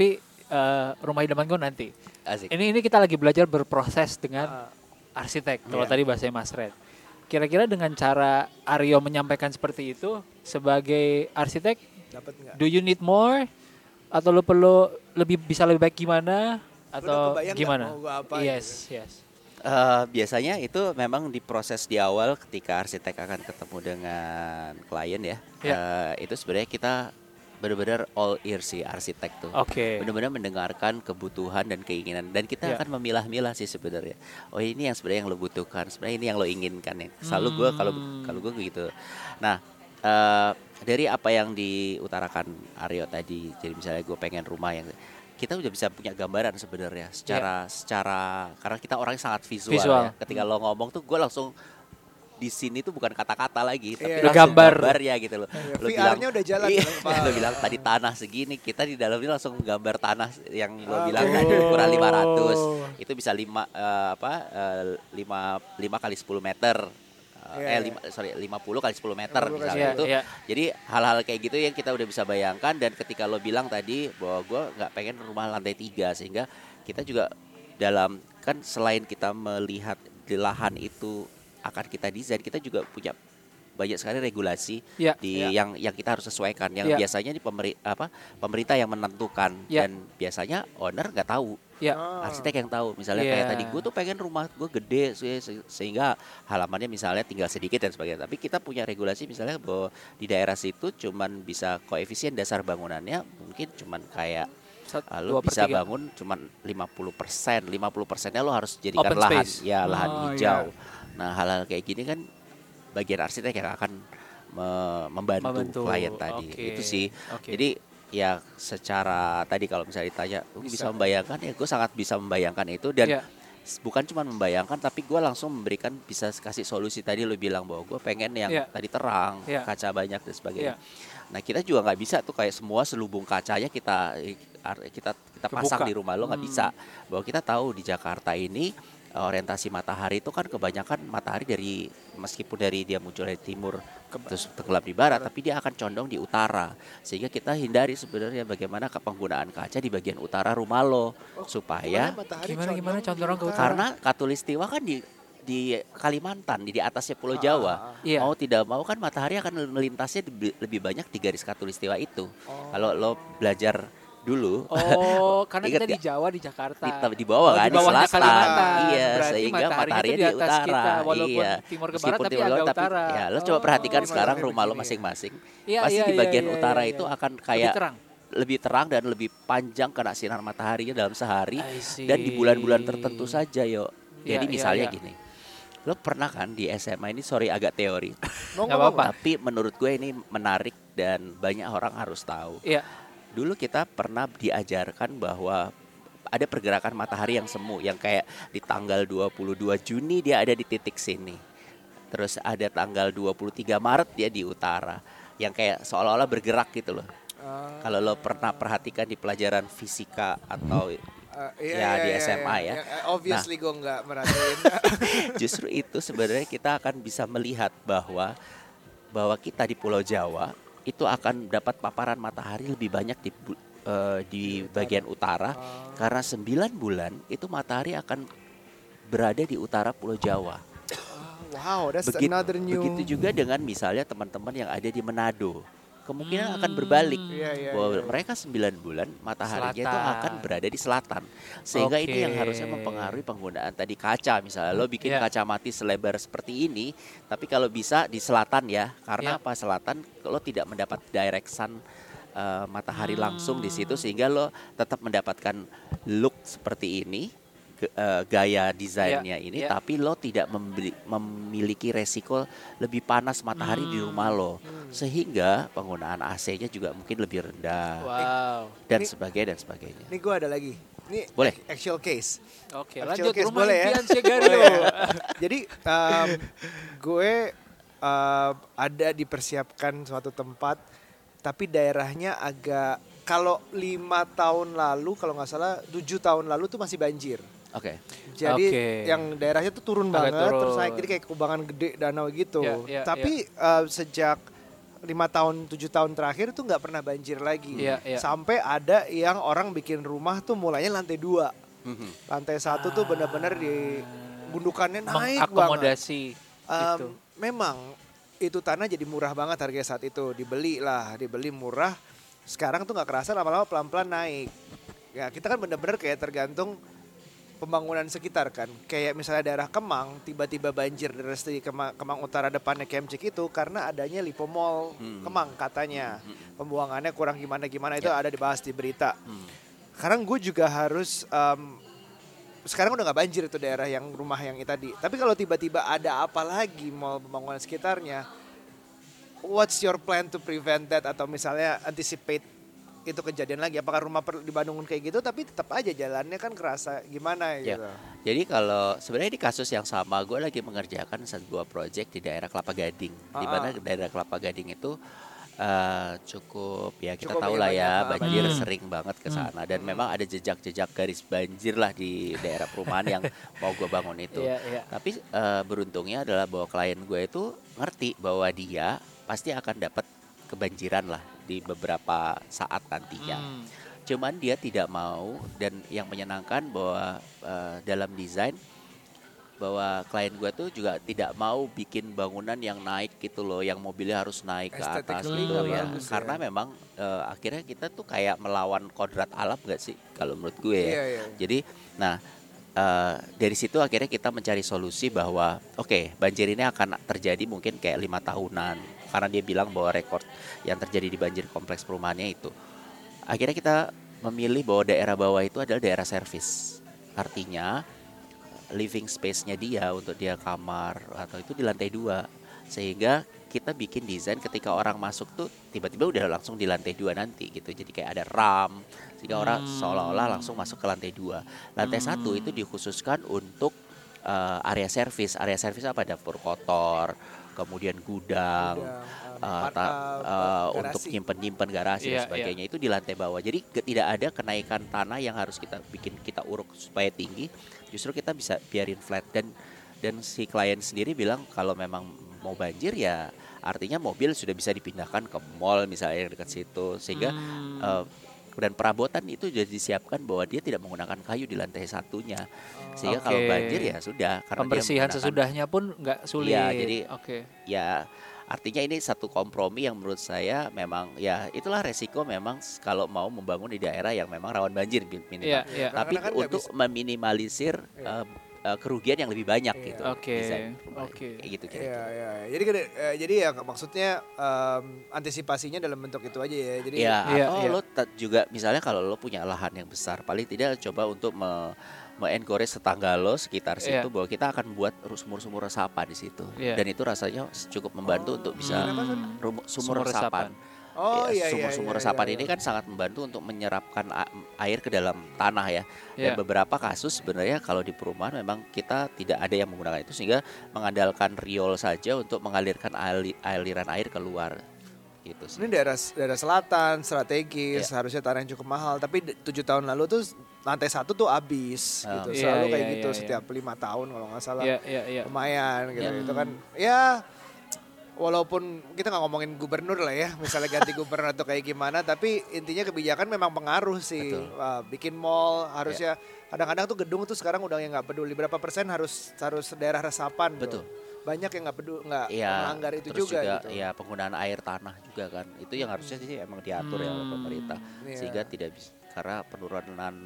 uh, rumah idamanku nanti. Asik. Ini ini kita lagi belajar berproses dengan Uh, arsitek. Kalau Iya. tadi bahasanya Mas Red. Kira-kira dengan cara Aryo menyampaikan seperti itu sebagai arsitek, dapat nggak? do you need more atau lo perlu lebih bisa lebih baik gimana Udah atau kebayang nggak gimana? mau gua apa Yes, gitu? yes. Eh, biasanya itu memang diproses di awal ketika arsitek akan ketemu dengan klien ya. Ya. Eh, itu sebenarnya kita benar-benar all ear sih arsitek tuh. Oke. Benar-benar mendengarkan kebutuhan dan keinginan dan kita Ya. akan memilah-milah sih sebenarnya. Oh ini yang sebenarnya yang lo butuhkan, sebenarnya ini yang lo inginkan ya. Selalu gue kalau Hmm. kalau gue gitu. Nah eh, dari apa yang diutarakan Aryo tadi, jadi misalnya gue pengen rumah yang kita udah bisa punya gambaran sebenarnya secara secara karena kita orang yang sangat visual, Visual. ya. Ketika lo ngomong tuh gue langsung di sini tuh bukan kata-kata lagi, tapi Iya. langsung Gambar. gambar ya gitu loh. Iya, Lo V R-nya udah jalan iya, dalam kepala. lo bilang tadi tanah segini, kita di dalamnya langsung gambar tanah yang lo Oke. bilang tadi ukuran lima ratus. Oh. Itu bisa lima eh, apa eh, lima lima kali sepuluh meter. Eh, Iya, eh iya. lima, sorry lima puluh kali sepuluh meter lima puluh kali misalnya Iya, itu. iya. Jadi hal-hal kayak gitu yang kita udah bisa bayangkan dan ketika lo bilang tadi bahwa gue nggak pengen rumah lantai tiga sehingga kita juga dalam kan selain kita melihat di lahan itu akan kita desain kita juga punya banyak sekali regulasi Ya, di ya. yang yang kita harus sesuaikan yang Ya. biasanya di pemeri, apa pemerintah yang menentukan Ya. dan biasanya owner nggak tahu Ya. Ah. arsitek yang tahu misalnya Iya. kayak tadi gue tuh pengen rumah gue gede se- se- sehingga halamannya misalnya tinggal sedikit dan sebagainya tapi kita punya regulasi misalnya bahwa di daerah situ cuman bisa koefisien dasar bangunannya mungkin cuman kayak Sat- uh, dua lo per bisa tiga. bangun cuman lima puluh persen lima puluh persennya lo harus jadikan Open lahan space. ya lahan Oh, hijau nah hal-hal kayak gini kan bagian arsitek yang akan me- membantu, Membantu. klien tadi Oke. itu sih Oke. jadi ya secara tadi kalau misalnya ditanya "Lu bisa Bisa. membayangkan ya gue sangat bisa membayangkan itu dan Ya. s- bukan cuma membayangkan tapi gue langsung memberikan bisa kasih solusi tadi lu bilang bahwa gue pengen yang Ya. tadi terang Ya. kaca banyak dan sebagainya Ya. nah kita juga nggak bisa tuh kayak semua selubung kacanya kita ar- kita kita pasang Kebuka. di rumah lo nggak Hmm. bisa bahwa kita tahu di Jakarta ini eh, orientasi matahari itu kan kebanyakan matahari dari meskipun dari dia muncul dari timur terus tenggelam di barat tapi dia akan condong di utara sehingga kita hindari sebenarnya bagaimana ke penggunaan kaca di bagian utara rumah lo supaya Gimana matahari Gimana, condong gimana di condong ke utara? karena Katulistiwa kan di di Kalimantan di, di atasnya Pulau Jawa Ah, ah, ah. Iya. mau tidak mau kan matahari akan melintasnya di- lebih banyak di garis Katulistiwa itu Oh. kalau lo belajar dulu Oh, karena Ingat kita di nggak? Jawa di Jakarta. di, di bawah Oh, kan di bawahnya selatan Kalimantan. iya Berarti sehingga mataharinya mataharinya tuh di di atas utara kita, walaupun iya timur ke barat, Meskipun tapi timur ke agak barat, utara. ya lo coba Oh, perhatikan di sekarang matahari rumah lo begini ya. masing-masing Iya, pasti iya, di iya, bagian iya, utara iya, itu iya. akan Lebih kayak terang. lebih terang dan lebih panjang kena sinar mataharinya dalam sehari I see. dan di bulan-bulan tertentu saja yo Iya, jadi iya, misalnya iya. gini lo pernah kan di S M A ini sorry agak teori Mau Nggak ngomong apa-apa. tapi menurut gue ini menarik dan banyak orang harus tahu Iya. dulu kita pernah diajarkan bahwa ada pergerakan matahari yang semu yang kayak di tanggal dua puluh dua Juni dia ada di titik sini. Terus ada tanggal dua puluh tiga Maret dia di utara yang kayak seolah-olah bergerak gitu loh. Ah, Kalau lo pernah perhatikan di pelajaran fisika atau ah, iya, ya, iya, di iya, S M A iya. ya. Eh, Obviously gue nggak merhatiin. justru itu sebenarnya kita akan bisa melihat bahwa bahwa kita di Pulau Jawa itu akan dapat paparan matahari lebih banyak di bu- eh, di bagian utara Ah. karena sembilan bulan itu matahari akan berada di utara Pulau Jawa. Wow, that's Begit- another new. Begitu juga dengan misalnya teman-teman yang ada di Manado. Kemungkinan akan berbalik. Iya, iya, Bahwa iya, iya. mereka sembilan bulan mataharinya itu Selatan. akan berada di selatan. Sehingga ini yang Oke. harusnya mempengaruhi penggunaan tadi kaca misalnya. Lo bikin Iya. kaca mati selebar seperti ini, tapi kalau bisa di selatan ya. Karena Iya. apa selatan lo tidak mendapat direction eh, matahari langsung di Hmm. situ sehingga lo tetap mendapatkan look seperti ini. Ge- eh, gaya desainnya Iya, ini iya. tapi lo tidak membeli- memiliki resiko lebih panas matahari di Hmm. rumah lo sehingga penggunaan A C-nya juga mungkin lebih rendah Wow. dan Ini- sebagainya dan sebagainya. Ini gue ada lagi. Ini Boleh. actual case. Oke, Actual lanjut case rumah boleh ya? impian Segario. Boleh ya? Jadi um, gue um, ada dipersiapkan suatu tempat, tapi daerahnya agak kalau lima tahun lalu kalau nggak salah tujuh tahun lalu tuh masih banjir. Oke. Jadi Oke. yang daerahnya tuh turun Agak banget, terus turun. naik jadi kayak kubangan gede danau gitu. Ya, ya, Tapi uh, sejak lima tahun tujuh tahun terakhir tuh nggak pernah banjir lagi. Iya, iya. Sampai ada yang orang bikin rumah tuh mulainya lantai dua, Mhm. lantai satu tuh benar-benar di gundukannya naik banget. Mengakomodasi Um, itu. Memang itu tanah jadi murah banget harganya saat itu, dibeli lah, dibeli murah. Sekarang tuh nggak kerasa lama-lama pelan-pelan naik. Ya kita kan benar-benar kayak tergantung pembangunan sekitar kan. Kayak misalnya daerah Kemang tiba-tiba banjir dari di Kemang, Kemang Utara depannya Kemcik itu karena adanya Lipo Mall Hmm. Kemang katanya. Hmm. Pembuangannya kurang gimana-gimana itu Ya. ada dibahas di berita. Hmm. Sekarang gue juga harus um, sekarang udah nggak banjir itu daerah yang rumah yang tadi. Tapi kalau tiba-tiba ada apa lagi mall pembangunan sekitarnya, what's your plan to prevent that atau misalnya anticipate itu kejadian lagi? Apakah rumah per, dibangun kayak gitu tapi tetap aja jalannya kan kerasa gimana Ya. gitu. Jadi kalau sebenarnya di kasus yang sama, gue lagi mengerjakan sebuah proyek di daerah Kelapa Gading, di mana Ah, ah. daerah Kelapa Gading itu eh, cukup ya kita Cukup tahu ya, lah banyak, ya ah, banjir banjir. sering banget ke Hmm. sana dan Hmm. memang ada jejak-jejak garis banjir lah di daerah perumahan yang mau gue bangun itu. Iya, iya. Tapi eh, beruntungnya adalah bahwa klien gue itu ngerti bahwa dia pasti akan dapat kebanjiran lah di beberapa saat nantinya. Hmm. Cuman dia tidak mau dan yang menyenangkan bahwa eh, dalam desain bahwa klien gue tuh juga tidak mau bikin bangunan yang naik gitu loh, yang mobilnya harus naik ke atas Aesthetically gitu nggak ya. bagus ya. Karena memang eh, akhirnya kita tuh kayak melawan kodrat alam gak sih kalau menurut gue ya. Iya, iya. Jadi nah eh, dari situ akhirnya kita mencari solusi bahwa oke banjir ini akan terjadi mungkin kayak lima tahunan karena dia bilang bahwa rekor yang terjadi di banjir kompleks perumahannya itu. Akhirnya kita memilih bahwa daerah bawah itu adalah daerah servis. Artinya living space-nya dia untuk dia kamar atau itu di lantai dua. Sehingga kita bikin desain ketika orang masuk tuh tiba-tiba udah langsung di lantai dua nanti gitu. Jadi kayak ada ram sehingga orang Hmm. seolah-olah langsung masuk ke lantai dua. Lantai Hmm. satu itu dikhususkan untuk eh, area servis. Area servis apa? Dapur kotor, kemudian gudang, Udah, um, uh, par- ta- uh, uh, garasi. untuk nyimpen-nyimpen garasi Iya, dan sebagainya itu di lantai bawah. Jadi ke- tidak ada kenaikan tanah yang harus kita bikin kita uruk supaya tinggi. Justru kita bisa biarin flat dan dan si klien sendiri bilang kalau memang mau banjir ya artinya mobil sudah bisa dipindahkan ke mall misalnya yang dekat situ sehingga Hmm. uh, dan perabotan itu sudah disiapkan bahwa dia tidak menggunakan kayu di lantai satunya sehingga kalau Oke. banjir ya sudah karena dia Pembersihan menggunakan- sesudahnya pun nggak sulit. Iya, jadi- oke. ya artinya ini satu kompromi yang menurut saya memang ya itulah resiko memang s- kalau mau membangun di daerah yang memang rawan banjir min- minimal. Iya, iya. Tapi Kadang-kadang kan nggak untuk bisa- meminimalisir Iya. eh, eh, kerugian yang lebih banyak Iya. gitu. Oke, desain rumah. oke. Kayak gitu Iya, kira-kira. iya, iya. Jadi gede- eh, jadi ya maksudnya em, antisipasinya dalam bentuk itu aja ya. Jadi Ya, Iya, atau iya. lo ta- juga misalnya kalau lo punya lahan yang besar, paling tidak coba untuk me me-encourage tetangga lo sekitar Iya. situ bahwa kita akan buat ru- sumur-sumur resapan di situ. Iya. Dan itu rasanya cukup membantu Oh, untuk bisa Kenapa, Son? Hmm. rumu- sumur, Sumur resapan. resapan. Oh Ya, iya iya. sumur-sumur iya, resapan iya, ini iya. kan sangat membantu untuk menyerapkan a- air ke dalam tanah ya. Dan Iya. beberapa kasus sebenarnya kalau di perumahan memang kita tidak ada yang menggunakan itu sehingga mengandalkan riol saja untuk mengalirkan ali- aliran air keluar. Gitu sih. Ini daerah daerah selatan strategis, Iya. harusnya tanah yang cukup mahal. Tapi d- tujuh tahun lalu tuh lantai satu tuh habis Oh. gitu. Iya, Selalu iya, kayak iya, gitu iya. setiap lima tahun kalau nggak salah. Iya, iya, iya. Lumayan gitu. Iya. Itu kan ya walaupun kita nggak ngomongin gubernur lah ya, misalnya ganti gubernur atau kayak gimana, tapi intinya kebijakan memang pengaruh sih. Betul. Wah, bikin mall harusnya kadang-kadang tuh gedung tuh sekarang udah yang nggak peduli berapa persen harus harus daerah resapan. Bro. Betul. Banyak yang nggak peduli nggak Iya, melanggar itu terus juga, gitu. ya penggunaan air tanah juga kan. Itu yang harusnya sih emang diatur ya oleh Hmm. pemerintah Iya. sehingga tidak bisa karena penurunan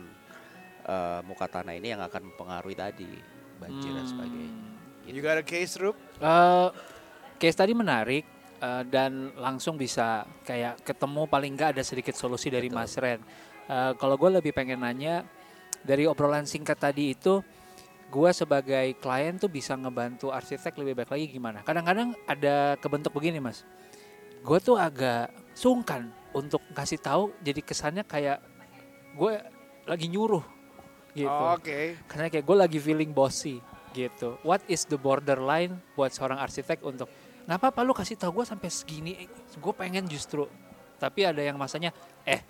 eh, muka tanah ini yang akan mempengaruhi tadi banjir dan Hmm. sebagainya. You got a case, Rup? Eh, case tadi menarik eh, dan langsung bisa kayak ketemu paling nggak ada sedikit solusi dari Betul. Mas Ren. Eh, kalau gue lebih pengen nanya dari obrolan singkat tadi itu, gue sebagai klien tuh bisa ngebantu arsitek lebih baik lagi gimana? Kadang-kadang ada kebentuk begini Mas, gue tuh agak sungkan untuk kasih tahu, jadi kesannya kayak gue lagi nyuruh gitu. Oh, Oke. Karena kayak gue lagi feeling bossy gitu. What is the borderline buat seorang arsitek untuk nggak apa-apa lu kasih tahu gue sampai segini, gue pengen justru. Tapi ada yang masanya, eh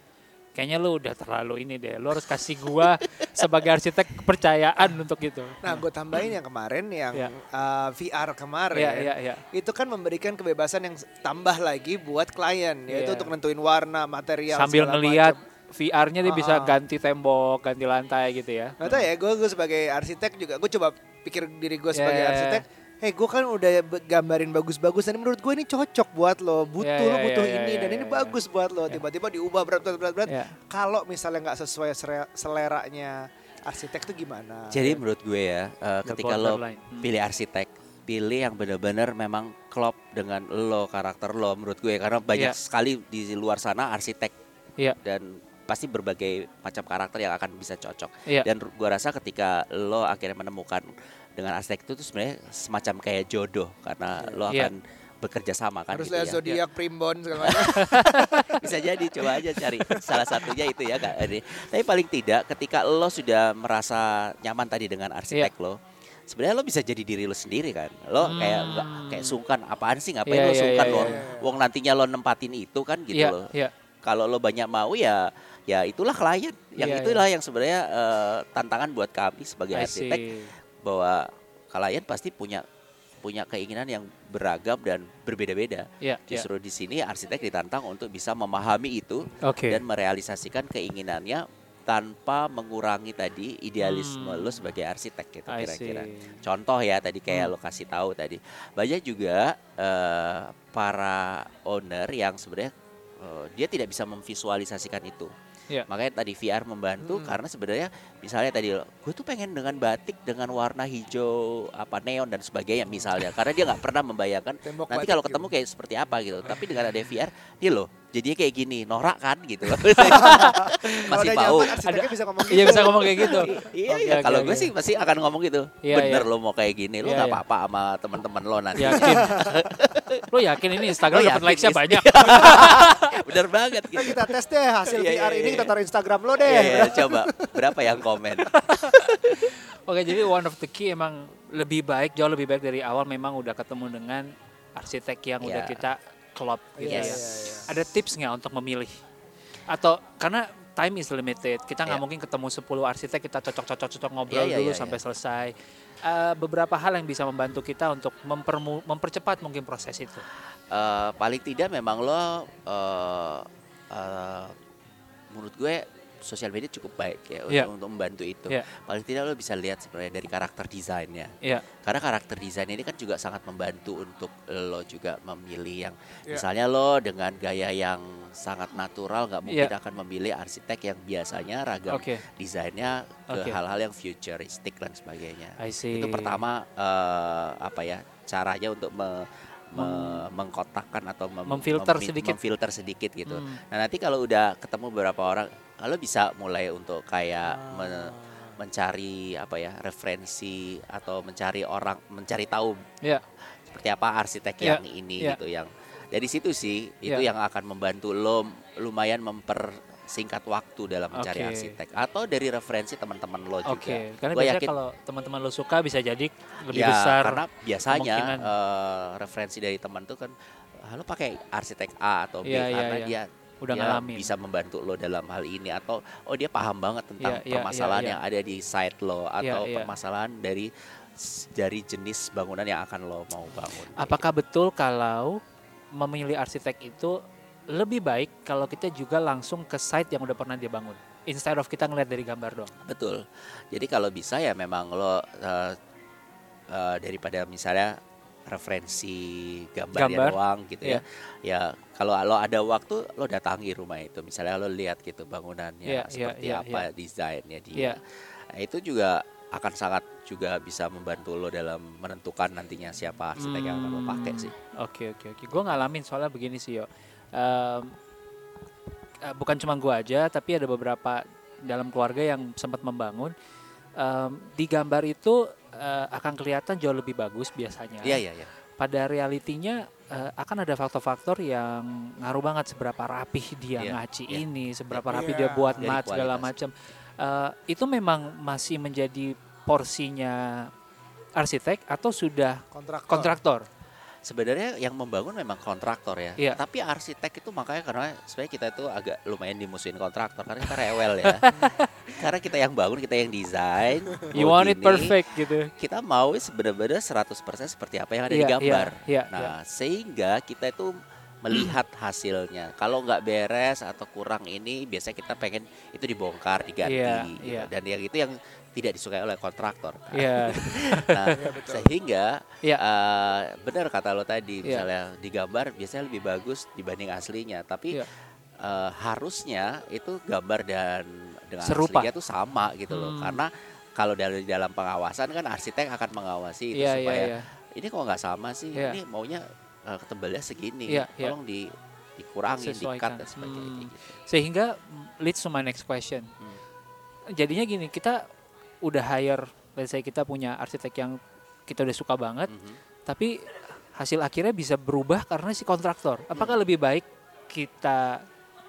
kayaknya lu udah terlalu ini deh. Lu harus kasih gua sebagai arsitek kepercayaan untuk itu. Nah, gue tambahin yang kemarin yang Ya. uh, V R kemarin. Iya, iya, iya. Itu kan memberikan kebebasan yang tambah lagi buat klien, yaitu Iya. untuk nentuin warna, material, Sambil segala ngelihat macam. V R-nya dia bisa Ah. ganti tembok, ganti lantai gitu ya. Nggak tahu ya, gue gue sebagai arsitek juga, gue coba pikir diri gue sebagai Yeah. arsitek. Hei, gue kan udah be- gambarin bagus-bagus dan menurut gue ini cocok buat lo, butuh Yeah, lo yeah, butuh yeah, ini yeah, dan yeah, ini yeah. bagus buat lo. Tiba-tiba diubah berat berat berat berat. Yeah. Kalau misalnya nggak sesuai sere- seleranya arsitek tuh gimana? Jadi menurut gue ya, uh, The ketika lo borderline. Hmm. pilih arsitek, pilih yang benar-benar memang klop dengan lo, karakter lo menurut gue. Karena banyak Iya. sekali di luar sana arsitek Iya. dan pasti berbagai macam karakter yang akan bisa cocok. Iya. Dan gue rasa ketika lo akhirnya menemukan dengan arsitek itu tuh sebenarnya semacam kayak jodoh karena lo Iya. akan bekerja sama kan Harus gitu lihat ya. zodiak, primbon segala macam. Bisa jadi, coba aja cari salah satunya itu ya Kak Ade. Tapi paling tidak ketika lo sudah merasa nyaman tadi dengan arsitek Iya. lo, sebenarnya lo bisa jadi diri lo sendiri kan. Lo kayak Hmm. nggak kayak sungkan, apaan sih ngapain Iya, lo iya, sungkan iya, lo. iya. Wong nantinya lo nempatin itu kan gitu Iya, loh. iya. Kalau lo banyak mau ya ya itulah klien. Yang Iya, itulah yang sebenarnya eh, tantangan buat kami sebagai I arsitek see. bahwa klien pasti punya punya keinginan yang beragam dan berbeda-beda. Iya, iya. Justru di sini arsitek ditantang untuk bisa memahami itu Oke. dan merealisasikan keinginannya tanpa mengurangi tadi idealisme Hmm. lo sebagai arsitek gitu I kira-kira. see. Contoh ya tadi kayak Hmm. lo kasih tahu tadi. Banyak juga eh, para owner yang sebenarnya eh, dia tidak bisa memvisualisasikan itu. Iya. Makanya tadi V R membantu Hmm. karena sebenarnya misalnya tadi gue tuh pengen dengan batik dengan warna hijau apa neon dan sebagainya misalnya karena dia nggak pernah membayangkan Tembok nanti batik kalau gitu. ketemu kayak seperti apa gitu. Tapi dengan ada V R dia loh jadinya kayak gini norak kan gitu. Kalau Masih udah mau. nyaman, arsiteknya bisa ngomong gitu. Iya bisa ngomong kayak gitu. Iya, Oke, iya. oke, Kalau oke. gue sih pasti akan ngomong gitu. Iya, Bener iya. lo mau kayak gini, lo Iya, nggak iya. apa-apa sama teman-teman lo nanti. Yakin. Lo yakin ini Instagram Lo dapat yakin likes-nya is- banyak? Bener banget Nah, gitu. kita tes deh hasil Iya, V R iya, ini iya. kita taruh Instagram lo deh. Iya, iya, coba berapa yang komen? Oke, jadi one of the key emang lebih baik, jauh lebih baik dari awal memang udah ketemu dengan arsitek yang udah Iya. kita klop gitu Iya, ya. iya, iya. Ada tips nggak untuk memilih? Atau karena time is limited, kita nggak Iya. mungkin ketemu sepuluh arsitek kita cocok-cocok-cocok ngobrol Iya, iya, dulu iya, sampai iya. selesai. Eh, beberapa hal yang bisa membantu kita untuk mempermu- mempercepat mungkin proses itu. Eh, paling tidak memang lo eh, eh, menurut gue sosial media cukup baik ya untuk, Iya. untuk membantu itu. Iya. Paling tidak lo bisa lihat sebenarnya dari karakter desainnya. Iya, Karena karakter desain ini kan juga sangat membantu untuk lo juga memilih yang Iya. misalnya lo dengan gaya yang sangat natural nggak mungkin Iya. akan memilih arsitek yang biasanya ragam oke. desainnya ke Oke. hal-hal yang futuristik dan sebagainya. I see. Itu pertama eh, apa ya caranya untuk me- me- mengkotakkan atau mem- Memfilter memi- sedikit. memfilter sedikit gitu. Hmm. Nah nanti kalau udah ketemu beberapa orang, lo bisa mulai untuk kayak Ah. me- mencari apa ya referensi atau mencari orang mencari tahu Iya, seperti apa arsitek Iya, yang ini iya. gitu yang dari situ sih itu Iya. yang akan membantu lo lumayan mempersingkat waktu dalam mencari Oke. arsitek atau dari referensi teman-teman lo juga. oke. Karena Gua biasanya yakin kalau teman-teman lo suka bisa jadi lebih ya, besar. karena biasanya kemungkinan. eh, referensi dari teman tuh kan ah, lo pakai arsitek A atau B Iya, iya, karena iya. dia Udah dia ngalamin. bisa membantu lo dalam hal ini atau oh dia paham banget tentang Iya, iya, permasalahan iya, iya. yang ada di site lo atau iya. permasalahan dari dari jenis bangunan yang akan lo mau bangun. Apakah betul kalau memilih arsitek itu lebih baik kalau kita juga langsung ke site yang udah pernah dia bangun instead of kita ngeliat dari gambar doang? Betul. Jadi kalau bisa ya memang lo eh, eh, daripada misalnya referensi gambarnya Gambar, doang gitu iya. ya. Ya kalau lo ada waktu lo datangi rumah itu. Misalnya lo lihat gitu bangunannya Iya, iya, seperti iya, apa desainnya dia. Iya. Nah, itu juga akan sangat juga bisa membantu lo dalam menentukan nantinya siapa arsitek yang akan lo pakai sih. Oke oke oke. Gue ngalamin soalnya begini sih yo. Em, eh, bukan cuma gue aja, tapi ada beberapa dalam keluarga yang sempat membangun. Em, di gambar itu eh, akan kelihatan jauh lebih bagus biasanya. Iya iya iya. Pada realitinya eh, akan ada faktor-faktor yang ngaruh banget seberapa rapih dia Iya, ngaci iya. ini, seberapa Iya. rapih dia buat Dari mat segala kualitas. macam. Eh, itu memang masih menjadi porsinya arsitek atau sudah Kontraktor. kontraktor? sebenarnya yang membangun memang kontraktor ya. Iya. Tapi arsitek itu makanya karena sebenarnya kita itu agak lumayan dimusuhin kontraktor karena kita rewel ya. Karena kita yang bangun, kita yang desain. You mau want it gini, perfect gitu. Kita mau sebenarnya seratus persen seperti apa yang ada Iya, di gambar. iya, iya, nah, iya. sehingga kita itu melihat hasilnya. Kalau nggak beres atau kurang ini, biasanya kita pengen itu dibongkar, diganti. Iya, gitu. iya. Dan yang itu yang tidak disukai oleh kontraktor. kan. Iya. Nah, sehingga Iya. uh, benar kata lo tadi, Iya. misalnya di gambar biasanya lebih bagus dibanding aslinya. Tapi Iya. uh, harusnya itu gambar dan dengan Serupa. aslinya itu sama gitu loh. Hmm. Karena kalau dari dalam pengawasan kan arsitek akan mengawasi itu Iya, iya, supaya iya. ini kok nggak sama sih, Iya. ini maunya uh, tebalnya segini, Iya, iya. tolong di dikurangin, Sesuaikan. di-cut dan sebagainya. Hmm. kayak gitu. Sehingga leads to my next question. Hmm. Jadinya gini, kita udah hire, let's say kita punya arsitek yang kita udah suka banget, Mhm. tapi hasil akhirnya bisa berubah karena si kontraktor. Apakah Hmm. lebih baik kita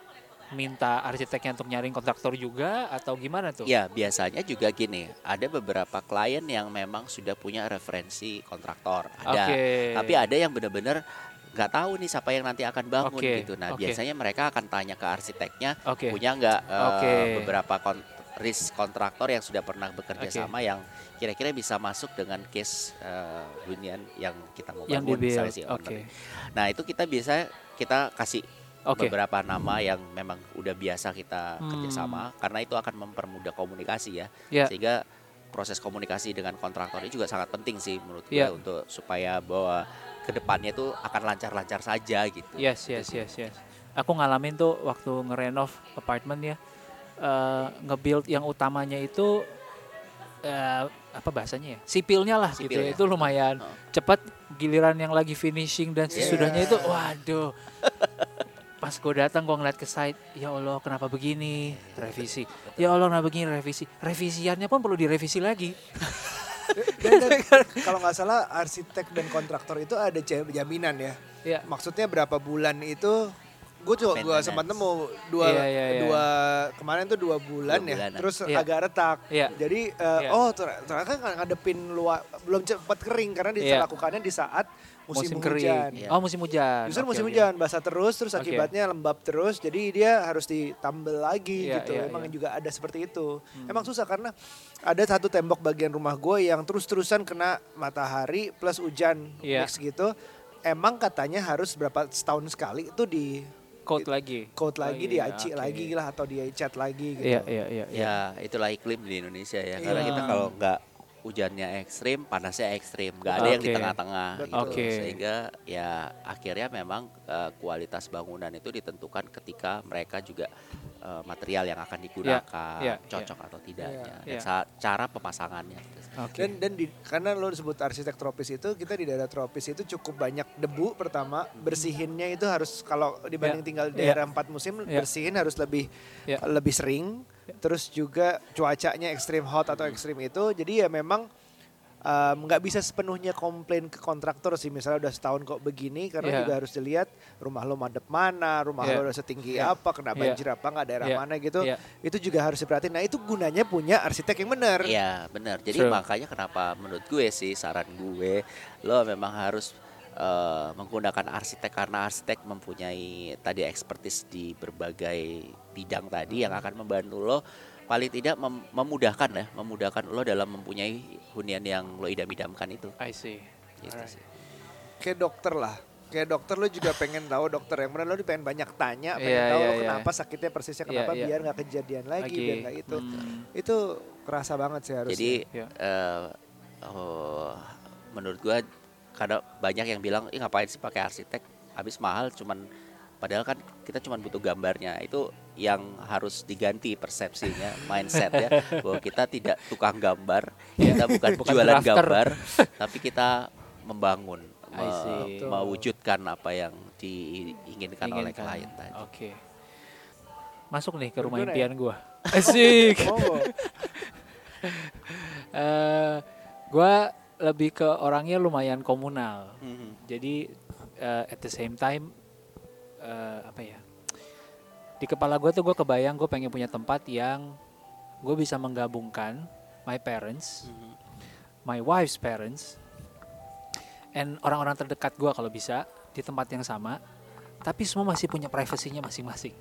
minta arsiteknya untuk nyariin kontraktor juga atau gimana tuh? Ya biasanya juga gini, ada beberapa klien yang memang sudah punya referensi kontraktor, ada. Oke. Tapi ada yang benar-benar nggak tahu nih siapa yang nanti akan bangun Oke, gitu. Nah oke. biasanya mereka akan tanya ke arsiteknya, Oke. punya nggak eh, Oke. beberapa kon- risk kontraktor yang sudah pernah bekerja Oke. sama yang kira-kira bisa masuk dengan case eh, hunian yang kita mau Yang bangun, di-build. misalnya si owner. Oke. Nah itu kita biasa kita kasih Oke. beberapa nama yang memang udah biasa kita Hmm. kerjasama karena itu akan mempermudah komunikasi ya. Ya. Sehingga proses komunikasi dengan kontraktor ini juga sangat penting sih menurut gue Ya. untuk supaya bahwa kedepannya itu akan lancar-lancar saja gitu. Yes, yes, yes, yes. Aku ngalamin tuh waktu ngerenov apartemen ya, eh, nge-build yang utamanya itu eh, apa bahasanya ya, sipilnya lah gitu ya. Sipilnya. Itu lumayan Oh. cepat. Giliran yang lagi finishing dan sesudahnya itu, Yeah. waduh. Pas gue datang gue ngeliat ke site, ya Allah kenapa begini, revisi. Ya Allah kenapa begini, revisi. Revisiannya pun perlu direvisi lagi. Dan, dan kalau nggak salah arsitek dan kontraktor itu ada ja- jaminan ya. Ya. Maksudnya berapa bulan itu? Gue juga gua Maintenance. sempat nemu dua Iya, iya, iya. dua kemarin tuh dua bulan Dua ya. bulanan. Terus Iya. agak retak. Iya. Jadi eh, Iya. oh ter- ternyata kan ngadepin luar belum cepat kering karena Iya. dilakukannya di saat musim, Musim hujan. kering. Iya. Oh musim hujan. Justru Oke, musim oke. hujan basah terus terus Oke. akibatnya lembab terus jadi dia harus ditambal lagi Iya, gitu. iya, Emang iya. juga ada seperti itu. Hmm. Emang susah karena ada satu tembok bagian rumah gue yang terus-terusan kena matahari plus hujan Iya. mix gitu. Emang katanya harus berapa setahun sekali itu di Coat lagi. coat lagi, Lagi, diaci oke. lagi lah atau dicat lagi gitu. Iya, iya, iya. iya. Ya itulah iklim di Indonesia ya. Karena Iya. kita kalau nggak hujannya ekstrim, panasnya ekstrim, nggak ada yang di Oke. tengah-tengah gitu. Oke. Sehingga ya akhirnya memang eh, kualitas bangunan itu ditentukan ketika mereka juga eh, material yang akan digunakan iya, cocok atau tidaknya Iya. dan sa- cara pemasangannya. Oke. Dan dan di, karena lo disebut arsitek tropis itu kita di daerah tropis itu cukup banyak debu pertama bersihinnya itu harus kalau dibanding Ya, tinggal di ya. daerah empat musim Ya. bersihin harus lebih Ya. lebih sering terus juga cuacanya ekstrim hot atau ekstrim itu jadi ya memang em, nggak bisa sepenuhnya komplain ke kontraktor sih misalnya udah setahun kok begini karena Ya. juga harus dilihat rumah lo madep mana rumah Ya. lo udah setinggi Ya. apa kena Ya. banjir apa nggak daerah Ya. mana gitu Ya. itu juga harus diperhatiin nah itu gunanya punya arsitek yang benar. Iya benar. Jadi True. makanya kenapa menurut gue sih saran gue lo memang harus eh, menggunakan arsitek karena arsitek mempunyai tadi expertise di berbagai bidang tadi yang akan membantu lo paling tidak mem- memudahkan ya memudahkan lo dalam mempunyai hunian yang lo idam-idamkan itu. I see. Gitu Alright. sih. Kayak dokter lah. Kayak dokter lu juga pengen tahu dokter yang benar lu pengen banyak tanya, pengen Iya, tahu iya, lu iya. kenapa sakitnya persisnya Iya, kenapa iya. biar nggak kejadian lagi, biar nggak itu. Hmm. Itu kerasa banget sih harusnya. Jadi Ya. eh, oh, menurut gua kadang banyak yang bilang, ih ngapain sih pakai arsitek, habis mahal, cuman padahal kan kita cuma butuh gambarnya. Itu yang harus diganti persepsinya, mindset ya, bahwa kita tidak tukang gambar, kita bukan, Bukan jualan drafter. gambar, tapi kita membangun, I me- see. mewujudkan apa yang diinginkan oleh Inginkan. klien tadi. Oke. Masuk nih ke rumah Gimana impian gua. Asik. Oh, Eh, gua lebih ke orangnya lumayan komunal. Mhm. Jadi eh, at the same time eh, apa ya? Di kepala gue tuh gue kebayang gue pengen punya tempat yang gue bisa menggabungkan my parents, Mhm. my wife's parents, and orang-orang terdekat gue kalau bisa di tempat yang sama, tapi semua masih punya privasinya masing-masing,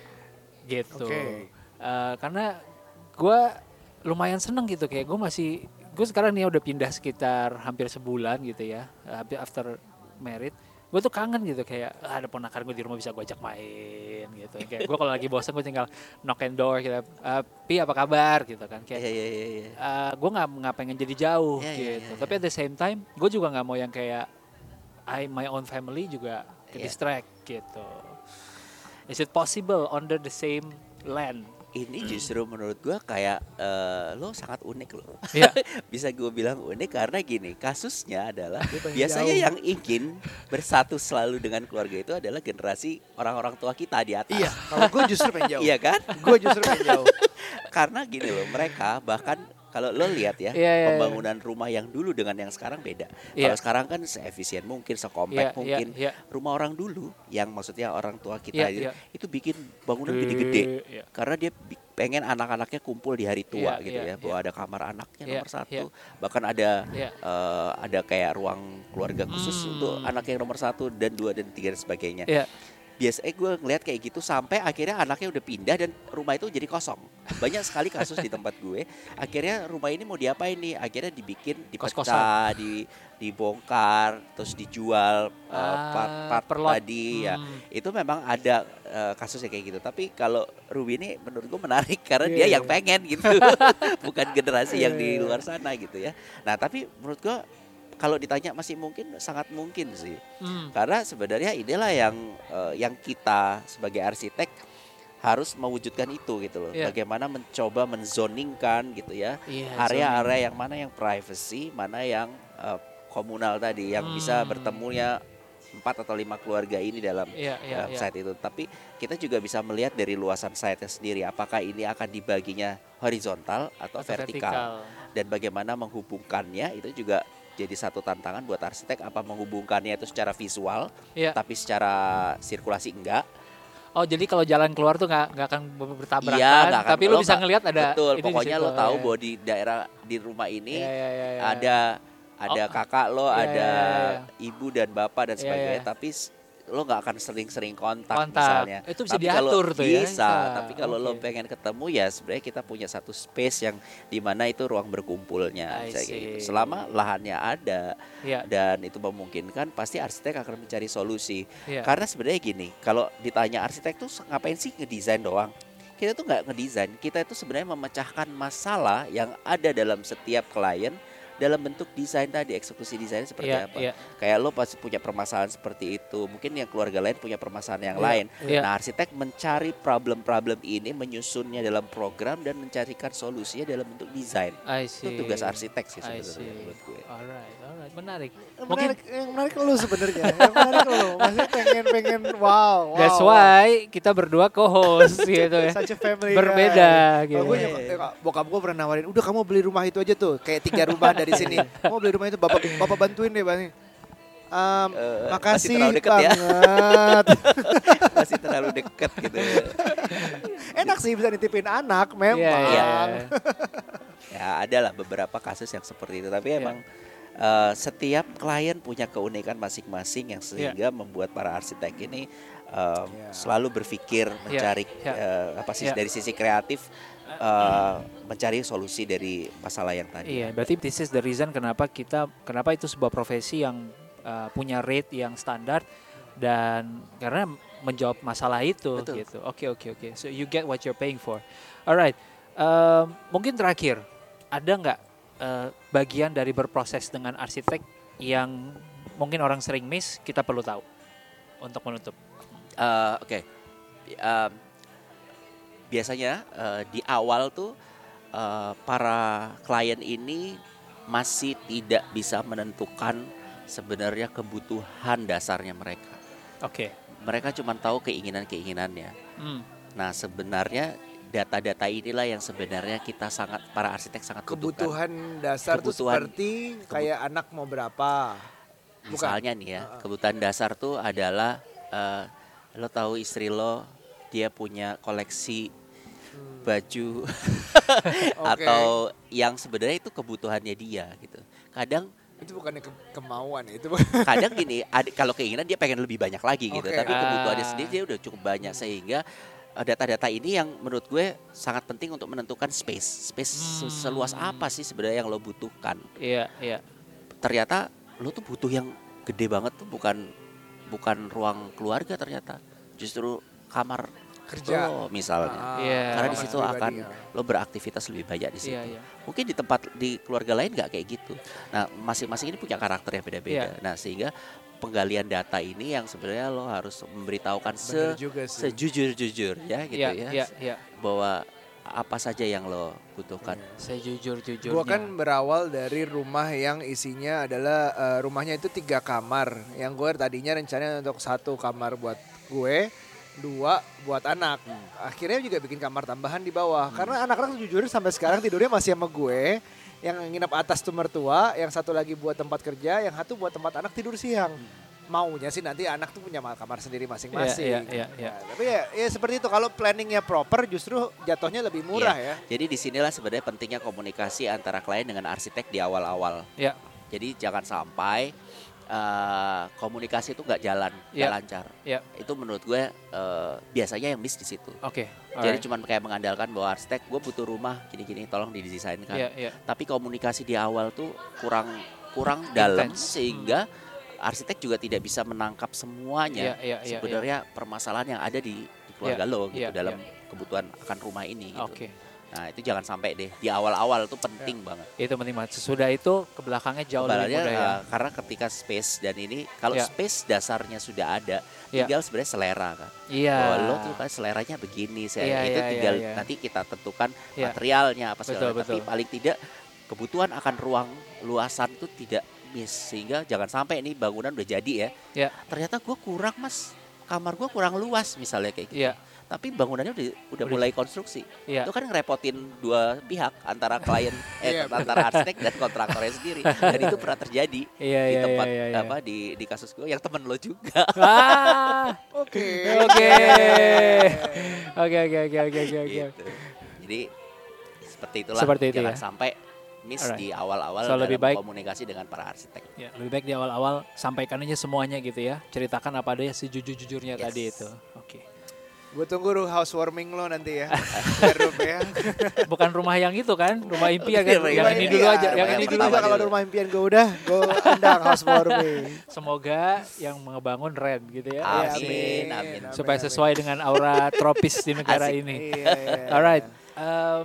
gitu. Oke. Uh, karena gue lumayan seneng gitu, kayak gue masih, gue sekarang nih udah pindah sekitar hampir sebulan gitu ya, uh, after married. Gue tuh kangen gitu, kayak ah, ada ponakan gue di rumah bisa gue ajak main gitu. Kayak gue kalau lagi bosan gue tinggal knock and door gitu, uh, Pi apa kabar gitu kan. Kayak Iya iya iya. iya. uh, gue nggak nggak pengen jadi jauh Iya, iya, gitu. iya, iya. Tapi at the same time gue juga nggak mau yang kayak I my own family juga ke Iya. distract gitu. Is it possible under the same land? Ini justru menurut gua kayak eh, lo sangat unik loh. Iya. Bisa gue bilang unik karena gini, kasusnya adalah Dia pengen biasanya jauh. yang ingin bersatu selalu dengan keluarga itu adalah generasi orang-orang tua kita di atas. Iya, kalau gue justru pengen jauh. Iya kan? Gue justru pengen jauh. Karena gini loh, mereka bahkan kalau lo lihat ya, Iya, iya, iya. pembangunan rumah yang dulu dengan yang sekarang beda. Iya. Kalau sekarang kan seefisien mungkin, Iya, sekompak iya, mungkin. iya. Rumah orang dulu yang maksudnya orang tua kita Iya, itu, iya. itu bikin bangunan gede-gede. Iya. Karena dia bi- pengen anak-anaknya kumpul di hari tua Iya, gitu iya, ya, bahwa ada kamar anaknya Iya, nomor satu, iya. bahkan ada Iya. eh, ada kayak ruang keluarga khusus Hmm. untuk anak yang nomor satu dan dua dan tiga dan sebagainya. Iya. Biasanya gue ngeliat kayak gitu sampai akhirnya anaknya udah pindah dan rumah itu jadi kosong. Banyak sekali kasus di tempat gue. Akhirnya rumah ini mau diapain nih? Akhirnya dibikin, dipecah, di dibongkar, terus dijual uh, Ah, part-part per lot. tadi ya. Hmm. Itu memang ada uh, kasusnya kayak gitu. Tapi kalau Ruby ini menurut gue menarik karena Iya, dia iya. yang pengen gitu, bukan generasi yang di Iya. luar sana gitu ya. Nah tapi menurut gue kalau ditanya masih mungkin, sangat mungkin sih. Hmm. Karena sebenarnya inilah yang eh, yang kita sebagai arsitek harus mewujudkan itu gitu loh. Iya. Bagaimana mencoba menzoningkan gitu ya. Iya, Area-area yang mana yang privacy, mana yang eh, komunal tadi yang bisa Hmm. bertemunya empat atau lima keluarga ini dalam Iya, iya, dalam iya. site itu. Tapi kita juga bisa melihat dari luasan site sendiri apakah ini akan dibaginya horizontal atau, Atau vertikal. Dan bagaimana menghubungkannya itu juga jadi satu tantangan buat arsitek, apa menghubungkannya itu secara visual Iya. tapi secara sirkulasi enggak. Oh jadi kalau jalan keluar tuh nggak nggak akan bertabrakan, Iya, nggak akan- tapi lu lo bisa nggak- ngelihat ada. Betul, ini di pokoknya situ. lo tahu Iya. bahwa di daerah di rumah ini Iya, iya, iya, iya. ada ada Oh, kakak lo, iya, ada iya, iya. ibu dan bapak dan Iya, sebagainya, iya. tapi s- lo nggak akan sering-sering kontak, Kontak. misalnya. Itu bisa Tapi kalau diatur tuh ya, bisa, bisa. tapi kalau lo Oke. pengen ketemu ya sebenarnya kita punya satu space yang di mana itu ruang berkumpulnya, I bisa kayak gitu. see. Selama lahannya ada Iya. dan itu memungkinkan, pasti arsitek akan mencari solusi. Iya. Karena sebenarnya gini, kalau ditanya arsitek tuh ngapain sih ngedesain doang? Kita tuh nggak ngedesain, kita itu sebenarnya memecahkan masalah yang ada dalam setiap klien dalam bentuk desain tadi, eksekusi desainnya seperti Iya, apa. iya. Kayak lo pasti punya permasalahan seperti itu, mungkin yang keluarga lain punya permasalahan yang Iya, lain. iya. Nah, arsitek mencari problem-problem ini, menyusunnya dalam program dan mencarikan solusinya dalam bentuk desain. I see. Itu tugas arsitek sih I sebenarnya see. menurut gue. Alright, alright, menarik. Yang Mungkin menarik, yang menarik lu sebenarnya. Yang menarik lu. Maksudnya pengen pengen wow. wow that's wow. why kita berdua co-host gitu ya. Such a family Berbeda guy. gitu. Kalau gue nyokap, eh, bokap gue pernah nawarin, udah kamu beli rumah itu aja tuh, kayak tiga rumah dari sini. Kamu beli rumah itu, bapak bapak bantuin deh, bang. Um, Eh, masih makasih terlalu deket ya. banget. Masih terlalu dekat gitu. Enak sih bisa nitipin anak, memang. Iya, iya, iya. Ya ada lah beberapa kasus yang seperti itu, tapi Iya. emang eh, setiap klien punya keunikan masing-masing yang Iya. sehingga membuat para arsitek ini em, Iya. selalu berpikir mencari iya. eh, apa sih Iya. dari sisi kreatif, eh, mencari solusi dari masalah yang tadi. Iya, berarti this is the reason kenapa kita kenapa itu sebuah profesi yang uh, punya rate yang standar dan karena menjawab masalah itu Betul. gitu. Oke, oke, oke. So you get what you're paying for. Alright. Um, mungkin terakhir ada nggak uh, bagian dari berproses dengan arsitek yang mungkin orang sering miss kita perlu tahu untuk menutup. Eh, Oke, Em, biasanya eh, di awal tuh eh, para klien ini masih tidak bisa menentukan sebenarnya kebutuhan dasarnya mereka. Oke. Mereka cuma tahu keinginan-keinginannya. Hmm. Nah sebenarnya data-data inilah yang sebenarnya kita sangat, para arsitek sangat butuhkan. Kebutuhan dasar tuh Kebutuhan- seperti kayak anak mau berapa. Bukan. Misalnya nih ya, Uh-uh. kebutuhan dasar tuh adalah eh, lo tahu istri lo dia punya koleksi Hmm. baju Oke. atau yang sebenarnya itu kebutuhannya dia gitu. Kadang Itu bukannya ke- kemauan ya, itu. Kadang gini, ad- kalau keinginan dia pengen lebih banyak lagi gitu, Oke. tapi kebutuhannya Ah. sendiri dia udah cukup banyak sehingga eh, data-data ini yang menurut gue sangat penting untuk menentukan space. Space se- Hmm. seluas apa sih sebenarnya yang lo butuhkan? Iya, iya. Ternyata lo tuh butuh yang gede banget tuh bukan bukan ruang keluarga ternyata, justru kamar Kerja. lo misalnya. Ah, Iya. Karena di kamar situ pribadi, akan ya. lo beraktivitas lebih banyak di situ. Iya, iya. Mungkin di tempat di keluarga lain nggak kayak gitu. Nah, masing-masing ini punya karakter yang beda-beda. Iya. Nah, sehingga penggalian data ini yang sebenarnya lo harus memberitahukan Bener se juga sih. sejujur-jujur ya gitu Iya, ya, iya, iya. bahwa apa saja yang lo butuhkan. Saya jujur-jujurnya. Gua kan berawal dari rumah yang isinya adalah eh, rumahnya itu tiga kamar. Yang gue tadinya rencananya untuk satu kamar buat gue, dua buat anak. Akhirnya juga bikin kamar tambahan di bawah. Karena anak-anak jujur sampai sekarang tidurnya masih sama gue. Yang nginep atas tuh mertua, yang satu lagi buat tempat kerja, yang satu buat tempat anak tidur siang. Maunya sih nanti anak tuh punya kamar sendiri masing-masing. Iya, iya, iya, iya. Nah, tapi ya, ya seperti itu, kalau planningnya proper justru jatuhnya lebih murah Iya. ya. Jadi disinilah sebenarnya pentingnya komunikasi antara klien dengan arsitek di awal-awal. Iya. Jadi jangan sampai eh, komunikasi itu nggak jalan, nggak Iya. lancar. Iya. Itu menurut gue eh, biasanya yang miss di situ. Oke. Jadi alright. cuman kayak mengandalkan bahwa arsitek gue butuh rumah gini-gini tolong didesainkan. Iya, iya. Tapi komunikasi di awal tuh kurang kurang dalam Intens. sehingga arsitek juga tidak bisa menangkap semuanya. Iya, iya, iya, Sebenarnya permasalahan yang ada di, di keluarga Iya, lo gitu iya, dalam iya. kebutuhan akan rumah ini. Gitu. Oke. Nah itu jangan sampai deh di awal-awal tuh penting banget. Itu penting banget. Sesudah itu ke belakangnya jauh lebih Kembalinya, mudah ya. uh, karena ketika space dan ini kalau Iya. space dasarnya sudah ada, Iya. tinggal sebenarnya selera kan. Iya. Bahwa lo tuh kan seleranya begini, saya Iya, itu iya, tinggal iya, iya. nanti kita tentukan Iya. materialnya apa segala Betul, macam. Tapi betul. paling tidak kebutuhan akan ruang luasan itu tidak miss sehingga jangan sampai ini bangunan udah jadi ya. Iya. Ternyata gue kurang mas, kamar gue kurang luas misalnya kayak gitu. Iya. Tapi bangunannya udah, udah Udah. mulai konstruksi. Iya. Itu kan ngerepotin dua pihak antara klien eh Iya, antara arsitek dan kontraktornya sendiri. Dan itu pernah terjadi Iya, di iya, tempat iya, iya. apa di di kasus gue yang temen lo juga. Ah. Oke. Oke. Oke, oke, oke, oke, oke, oke. Gitu. Jadi seperti itulah. Seperti itu jangan ya. sampai miss Alright. di awal-awal So, dalam lebih baik- komunikasi dengan para arsitek. Ya, lebih baik di awal-awal sampaikan aja semuanya gitu ya. Ceritakan apa adanya sejujur-jujurnya Yes. tadi itu. Oke. Gue tunggu ru- housewarming lo nanti ya. Biar Rup ya. Bukan rumah yang itu kan, rumah impian kan. Rumah yang impian. ini dulu Iya, aja, yang rumah ini nanti dulu. juga pertama kalau dulu. rumah impian gue udah, gue undang housewarming. Semoga yang mengebangun Ren gitu ya. Iya, Amin, amin. Supaya amin. sesuai dengan aura tropis di negara Asik. ini. Iya, iya. Alright. Um,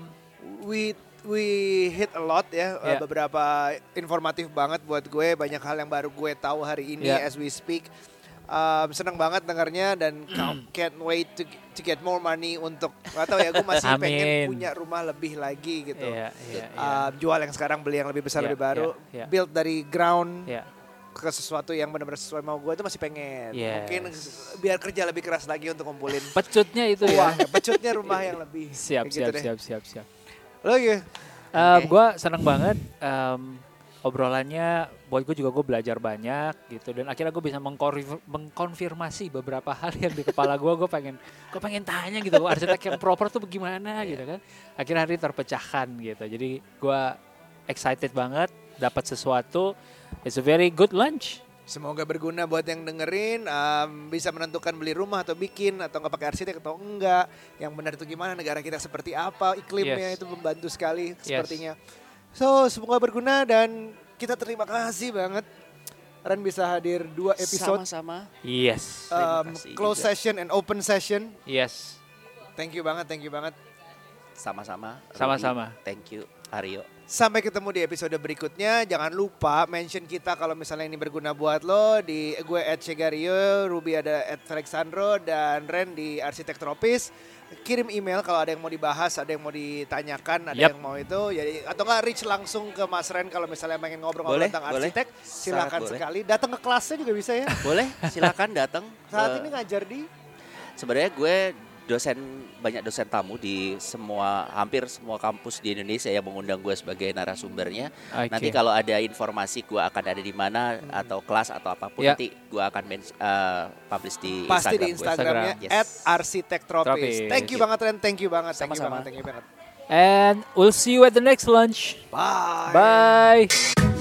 We we hit a lot ya, uh, Yeah. beberapa informatif banget buat gue, banyak hal yang baru gue tahu hari ini Yeah. as we speak. Um, seneng banget dengarnya dan can't wait to to get more money untuk nggak tahu ya, gue masih pengen Amin. punya rumah lebih lagi gitu. Iya, iya, iya. Uh, jual yang sekarang, beli yang lebih besar, Iya, lebih baru, iya, iya. build dari ground Ya, ke sesuatu yang benar-benar sesuai mau gue, itu masih pengen. Yes. Mungkin biar kerja lebih keras lagi untuk ngumpulin pecutnya itu ya. uang, pecutnya rumah yang lebih. Siap, Kayak siap, gitu deh. siap, siap, siap. Lo ya? Um, Oke. Gue seneng banget um, obrolannya. Buat gue juga gue belajar banyak gitu, dan akhirnya gue bisa mengkonfir- mengkonfirmasi beberapa hal yang di kepala gue. Gue pengen gue pengen tanya gitu, arsitek yang proper tuh bagaimana gitu kan. Akhirnya hari ini terpecahkan gitu. Jadi gue excited banget dapat sesuatu. It's a very good lunch. Semoga berguna buat yang dengerin, um, bisa menentukan beli rumah atau bikin atau nggak pakai arsitek atau enggak. Yang benar itu gimana, negara kita seperti apa, iklimnya Yes. itu membantu sekali Yes. sepertinya. So semoga berguna dan kita terima kasih banget Ren bisa hadir dua episode, Sama-sama. Yes, Terima um, kasih close juga. session and open session. yes, Thank you banget, thank you banget. Sama-sama. Ruby. Sama-sama. Thank you Aryo. Sampai ketemu di episode berikutnya. Jangan lupa mention kita kalau misalnya ini berguna buat lo. Di gue at Chegario, Ruby ada at Felixandro, dan Ren di Arsitek Tropis. Kirim email kalau ada yang mau dibahas, ada yang mau ditanyakan, ada Yap. yang mau itu. Jadi atau nggak reach langsung ke Mas Ren kalau misalnya pengen ngobrol-ngobrol Boleh, tentang boleh. arsitek. Silakan Sangat boleh. sekali. Datang ke kelasnya juga bisa ya. Boleh, silakan datang. Saat Eh, ini ngajar di Sebenarnya gue dosen banyak dosen tamu di semua hampir semua kampus di Indonesia yang mengundang gue sebagai narasumbernya. Oke. Nanti kalau ada informasi gue akan ada di mana atau kelas atau apapun Ya. nanti gue akan men- eh, publish di pasti di Instagram gue. Instagramnya Yes. at Arsitek Tropis. Tropis. Thank you banget Ren, thank you banget, thank you Sama-sama. banget, thank you banget. And we'll see you at the next lunch. Bye. Bye.